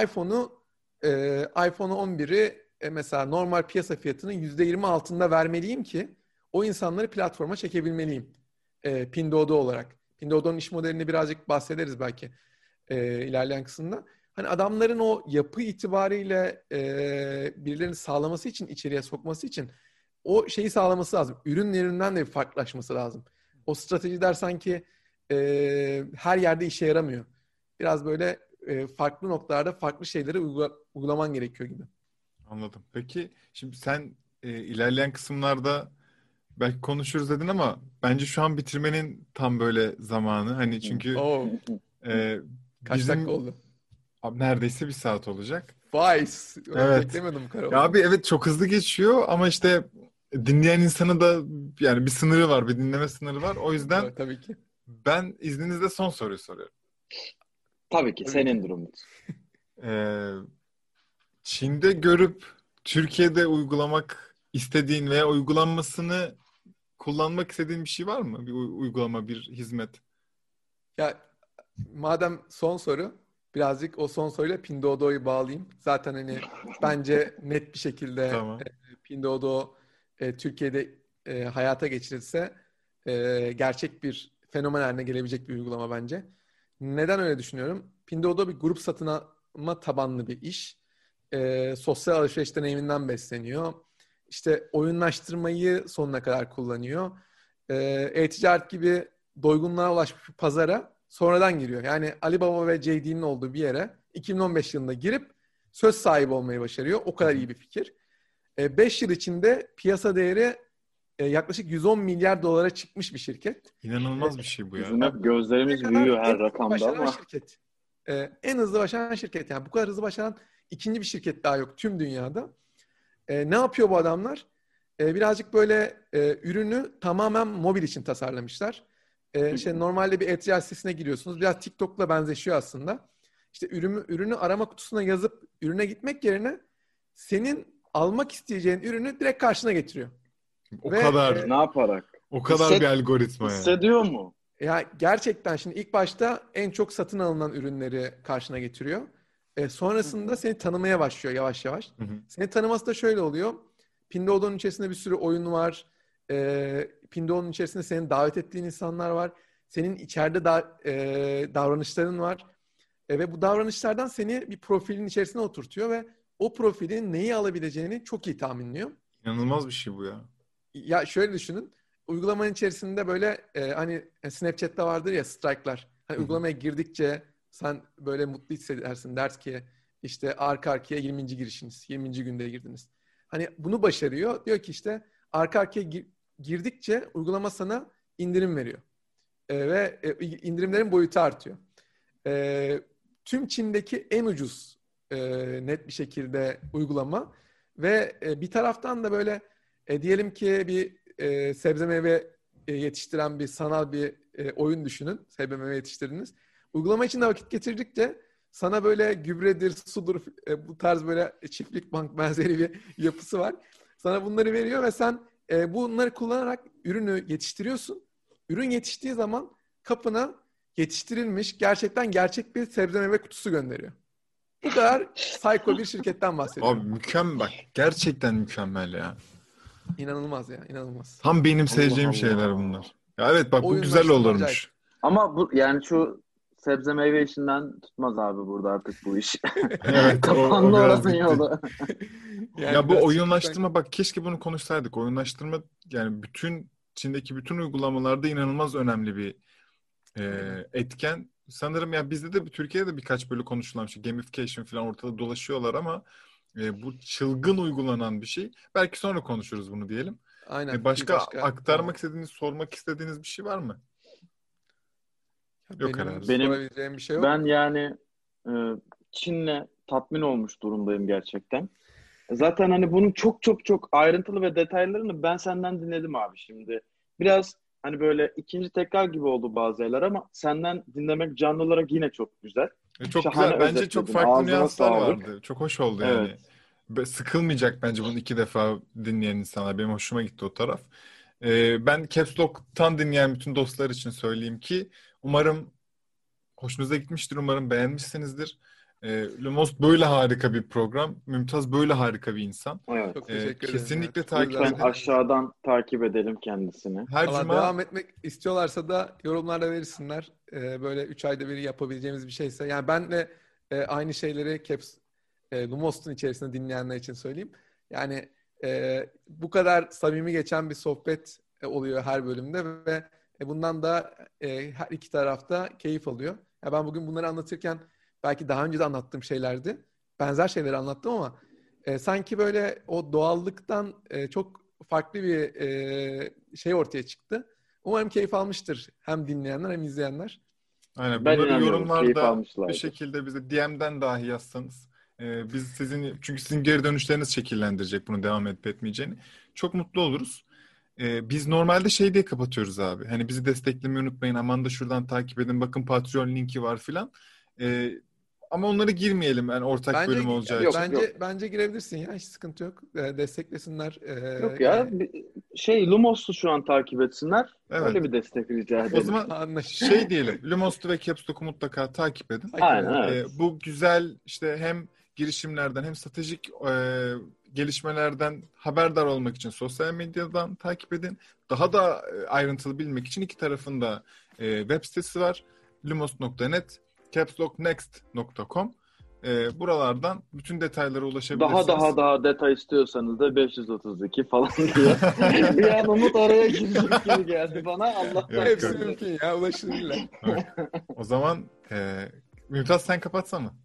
iPhone 11'i mesela normal piyasa fiyatının %20 altında vermeliyim ki o insanları platforma çekebilmeliyim. Pinduoduo olarak. Pinduoduo'nun iş modelini birazcık bahsederiz belki ilerleyen kısımda. Hani adamların o yapı itibariyle birilerini sağlaması için, içeriye sokması için o şeyi sağlaması lazım. Ürünlerinden de bir farklılaşması lazım. O stratejiler sanki her yerde işe yaramıyor. Biraz böyle farklı noktalarda farklı şeyleri uygulaman gerekiyor gibi. Anladım. Peki şimdi sen ilerleyen kısımlarda belki konuşuruz dedin ama bence şu an bitirmenin tam böyle zamanı. Hani çünkü Oo, kaç dakika bizim oldu? abi neredeyse bir saat olacak. Vice. Evet. Beklemiyordum bu kadar Ya oldu. abi evet çok hızlı geçiyor ama işte dinleyen insanı da yani bir sınırı var, bir dinleme sınırı var. O yüzden Tabii ki. ben izninizle son soruyu soruyorum. Tabii ki Tabii ki. senin durumun. Ee, Çin'de görüp Türkiye'de uygulamak istediğin veya uygulanmasını kullanmak istediğin bir şey var mı? Bir uygulama, bir hizmet. Ya madem son soru, birazcık o son soruyla Pinduoduo'yu bağlayayım. Zaten hani bence net bir şekilde Tamam. Pinduoduo Türkiye'de hayata geçirilse gerçek bir fenomen haline gelebilecek bir uygulama bence. Neden öyle düşünüyorum? Pinduoduo bir grup satın alma tabanlı bir iş. Sosyal alışveriş deneyiminden besleniyor. İşte oyunlaştırmayı sonuna kadar kullanıyor. E-ticaret gibi doygunluğa ulaşmış bir pazara sonradan giriyor. Yani Alibaba ve JD'nin olduğu bir yere 2015 yılında girip söz sahibi olmayı başarıyor. O Hı kadar hı. iyi bir fikir. 5 yıl içinde piyasa değeri yaklaşık 110 milyar dolara çıkmış bir şirket. İnanılmaz bir şey bu ya. Bizim hep gözlerimiz Kadar büyüyor en her hızlı rakamda başaran ama şirket. En hızlı başaran şirket. Yani bu kadar hızlı başaran ikinci bir şirket daha yok tüm dünyada. Ne yapıyor bu adamlar? Birazcık böyle ürünü tamamen mobil için tasarlamışlar. İşte normalde bir e-ticaret sitesine giriyorsunuz. Biraz TikTok'la benzeşiyor aslında. İşte ürünü arama kutusuna yazıp ürüne gitmek yerine senin almak isteyeceğin ürünü direkt karşına getiriyor. O Ve kadar ne yaparak? o kadar bir Hisset, algoritma yani. hissediyor mu? ya gerçekten şimdi ilk başta en çok satın alınan ürünleri karşına getiriyor. Sonrasında seni tanımaya başlıyor yavaş yavaş. Hı hı. Seni tanıması da şöyle oluyor. Pinduoduo'nun içerisinde bir sürü oyun var. Pinduoduo'nun içerisinde senin davet ettiğin insanlar var. Senin içeride davranışların var. Ve bu davranışlardan seni bir profilin içerisine oturtuyor ve o profilin neyi alabileceğini çok iyi tahminliyor. İnanılmaz bir şey bu ya. Ya şöyle düşünün. Uygulamanın içerisinde böyle hani Snapchat'te vardır ya strike'lar. Hani Hı hı. uygulamaya girdikçe sen böyle mutlu hissedersin. Ders ki işte arka arkaya 20. girişiniz. 20. günde girdiniz. Hani bunu başarıyor. Diyor ki işte arka arkaya girdikçe uygulama sana indirim veriyor. Ve indirimlerin boyutu artıyor. Tüm Çin'deki en ucuz net bir şekilde uygulama ve bir taraftan da böyle diyelim ki bir sebze meyve yetiştiren bir sanal bir oyun düşünün. Sebze meyve yetiştirdiniz. Uygulama içinde vakit geçirdikçe sana böyle gübredir, sudur bu tarz böyle çiftlik bank benzeri bir yapısı var. Sana bunları veriyor ve sen bunları kullanarak ürünü yetiştiriyorsun. Ürün yetiştiği zaman kapına yetiştirilmiş gerçekten gerçek bir sebze meyve kutusu gönderiyor. Bu kadar psycho bir şirketten Abi bahsediyorum. mükemmel bak. Gerçekten mükemmel ya. İnanılmaz ya, inanılmaz. Tam benim Allah seveceğim şeyler Allah. bunlar. Ya evet bak bu güzel Oyunlaştırma acayip. olurmuş. Ama bu yani şu sebze meyve işinden tutmaz abi burada artık bu iş. Evet o Kapandı biraz oranın bitti. yolu. Ya Yani bu biraz çiftlikten... oyunlaştırma bak keşke bunu konuşsaydık. Oyunlaştırma yani bütün Çin'deki bütün uygulamalarda inanılmaz önemli bir Aynen. etken. Sanırım ya bizde de Türkiye'de de birkaç böyle konuşulan şey gamification falan ortada dolaşıyorlar ama bu çılgın uygulanan bir şey. Belki sonra konuşuruz bunu diyelim. Aynen. Bir Başka başka aktarmak zamanda. istediğiniz, sormak istediğiniz bir şey var mı? Yok Benim herhalde. sorabileceğim bir şey yok. Ben yani e, Çin'le tatmin olmuş durumdayım gerçekten. Zaten hani bunun çok çok çok ayrıntılı ve detaylarını ben senden dinledim abi şimdi. Biraz hani böyle ikinci tekrar gibi oldu bazı yerler ama senden dinlemek canlı olarak yine çok güzel. Çok Şahane güzel. Bence çok özetledin. farklı Ağzına nüanslar sağlık. vardı. Çok hoş oldu Evet. yani. Sıkılmayacak bence bunu iki defa dinleyen insanlar. Benim hoşuma gitti o taraf. Ben Caps Lock'tan dinleyen bütün dostlar için söyleyeyim ki umarım hoşunuza gitmiştir. Umarım beğenmişsinizdir. Lumos böyle harika bir program. Mümtaz böyle harika bir insan. Evet. Çok teşekkür ederim ya. Kesinlikle Çok takip güzel Lütfen edin. söyledin. aşağıdan takip edelim kendisini. Her Valla cuma devam etmek istiyorlarsa da yorumlarda verirsinler. Böyle 3 ayda bir yapabileceğimiz bir şeyse. Yani ben de aynı şeyleri Lumos'un içerisinde dinleyenler için söyleyeyim. Yani bu kadar samimi geçen bir sohbet oluyor her bölümde ve bundan da her iki tarafta keyif alıyor. Ya ben bugün bunları anlatırken belki daha önce de anlattığım şeylerdi. Benzer şeyleri anlattım ama sanki böyle o doğallıktan çok farklı bir şey ortaya çıktı. Umarım keyif almıştır hem dinleyenler hem izleyenler. aynen Ben bunları inanıyorum. Keyif yorumlarda bir almışlardır. şekilde bize DM'den dahi yazsanız biz çünkü sizin geri dönüşleriniz şekillendirecek bunu devam edip etmeyeceğini. Çok mutlu oluruz. Biz normalde şey diye kapatıyoruz abi. Hani bizi desteklemeyi unutmayın. Aman da şuradan takip edin. Bakın Patreon linki var filan. E, Ama onlara girmeyelim. Yani ortak Bence bölüm olacağı Yok için. yok. bence girebilirsin ya, hiç sıkıntı yok. Desteklesinler. Yok ya. Yani Lumos'u şu an takip etsinler. Evet. Öyle bir destek rica O edelim. zaman anlaşıldı. şey diyelim. Lumos'u ve Caps Lock'u mutlaka takip edin. Takip Aynen edelim. evet. Bu güzel işte hem girişimlerden hem stratejik gelişmelerden haberdar olmak için sosyal medyadan takip edin. Daha da ayrıntılı bilmek için iki tarafın da web sitesi var. lumos.net, capslocknext.com. Buralardan bütün detaylara Daha ulaşabilirsiniz. daha detay istiyorsanız da 532 falan diye. Bir an Umut araya girecek gibi geldi bana. Allah'tan Yok, Hepsi yok. mümkün ya, ulaşılırlar. Evet. O zaman Mümtaz sen kapatsana.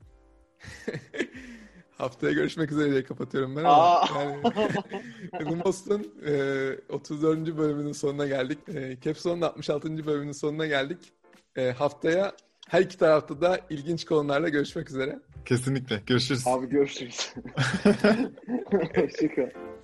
Haftaya görüşmek üzere diye kapatıyorum ben ama Aa. yani Lumos'un 34. bölümünün sonuna geldik. Capson'un 66. bölümünün sonuna geldik. Haftaya her iki tarafta da ilginç konularla görüşmek üzere. Kesinlikle. Görüşürüz. Abi görüşürüz. Hoşçakal.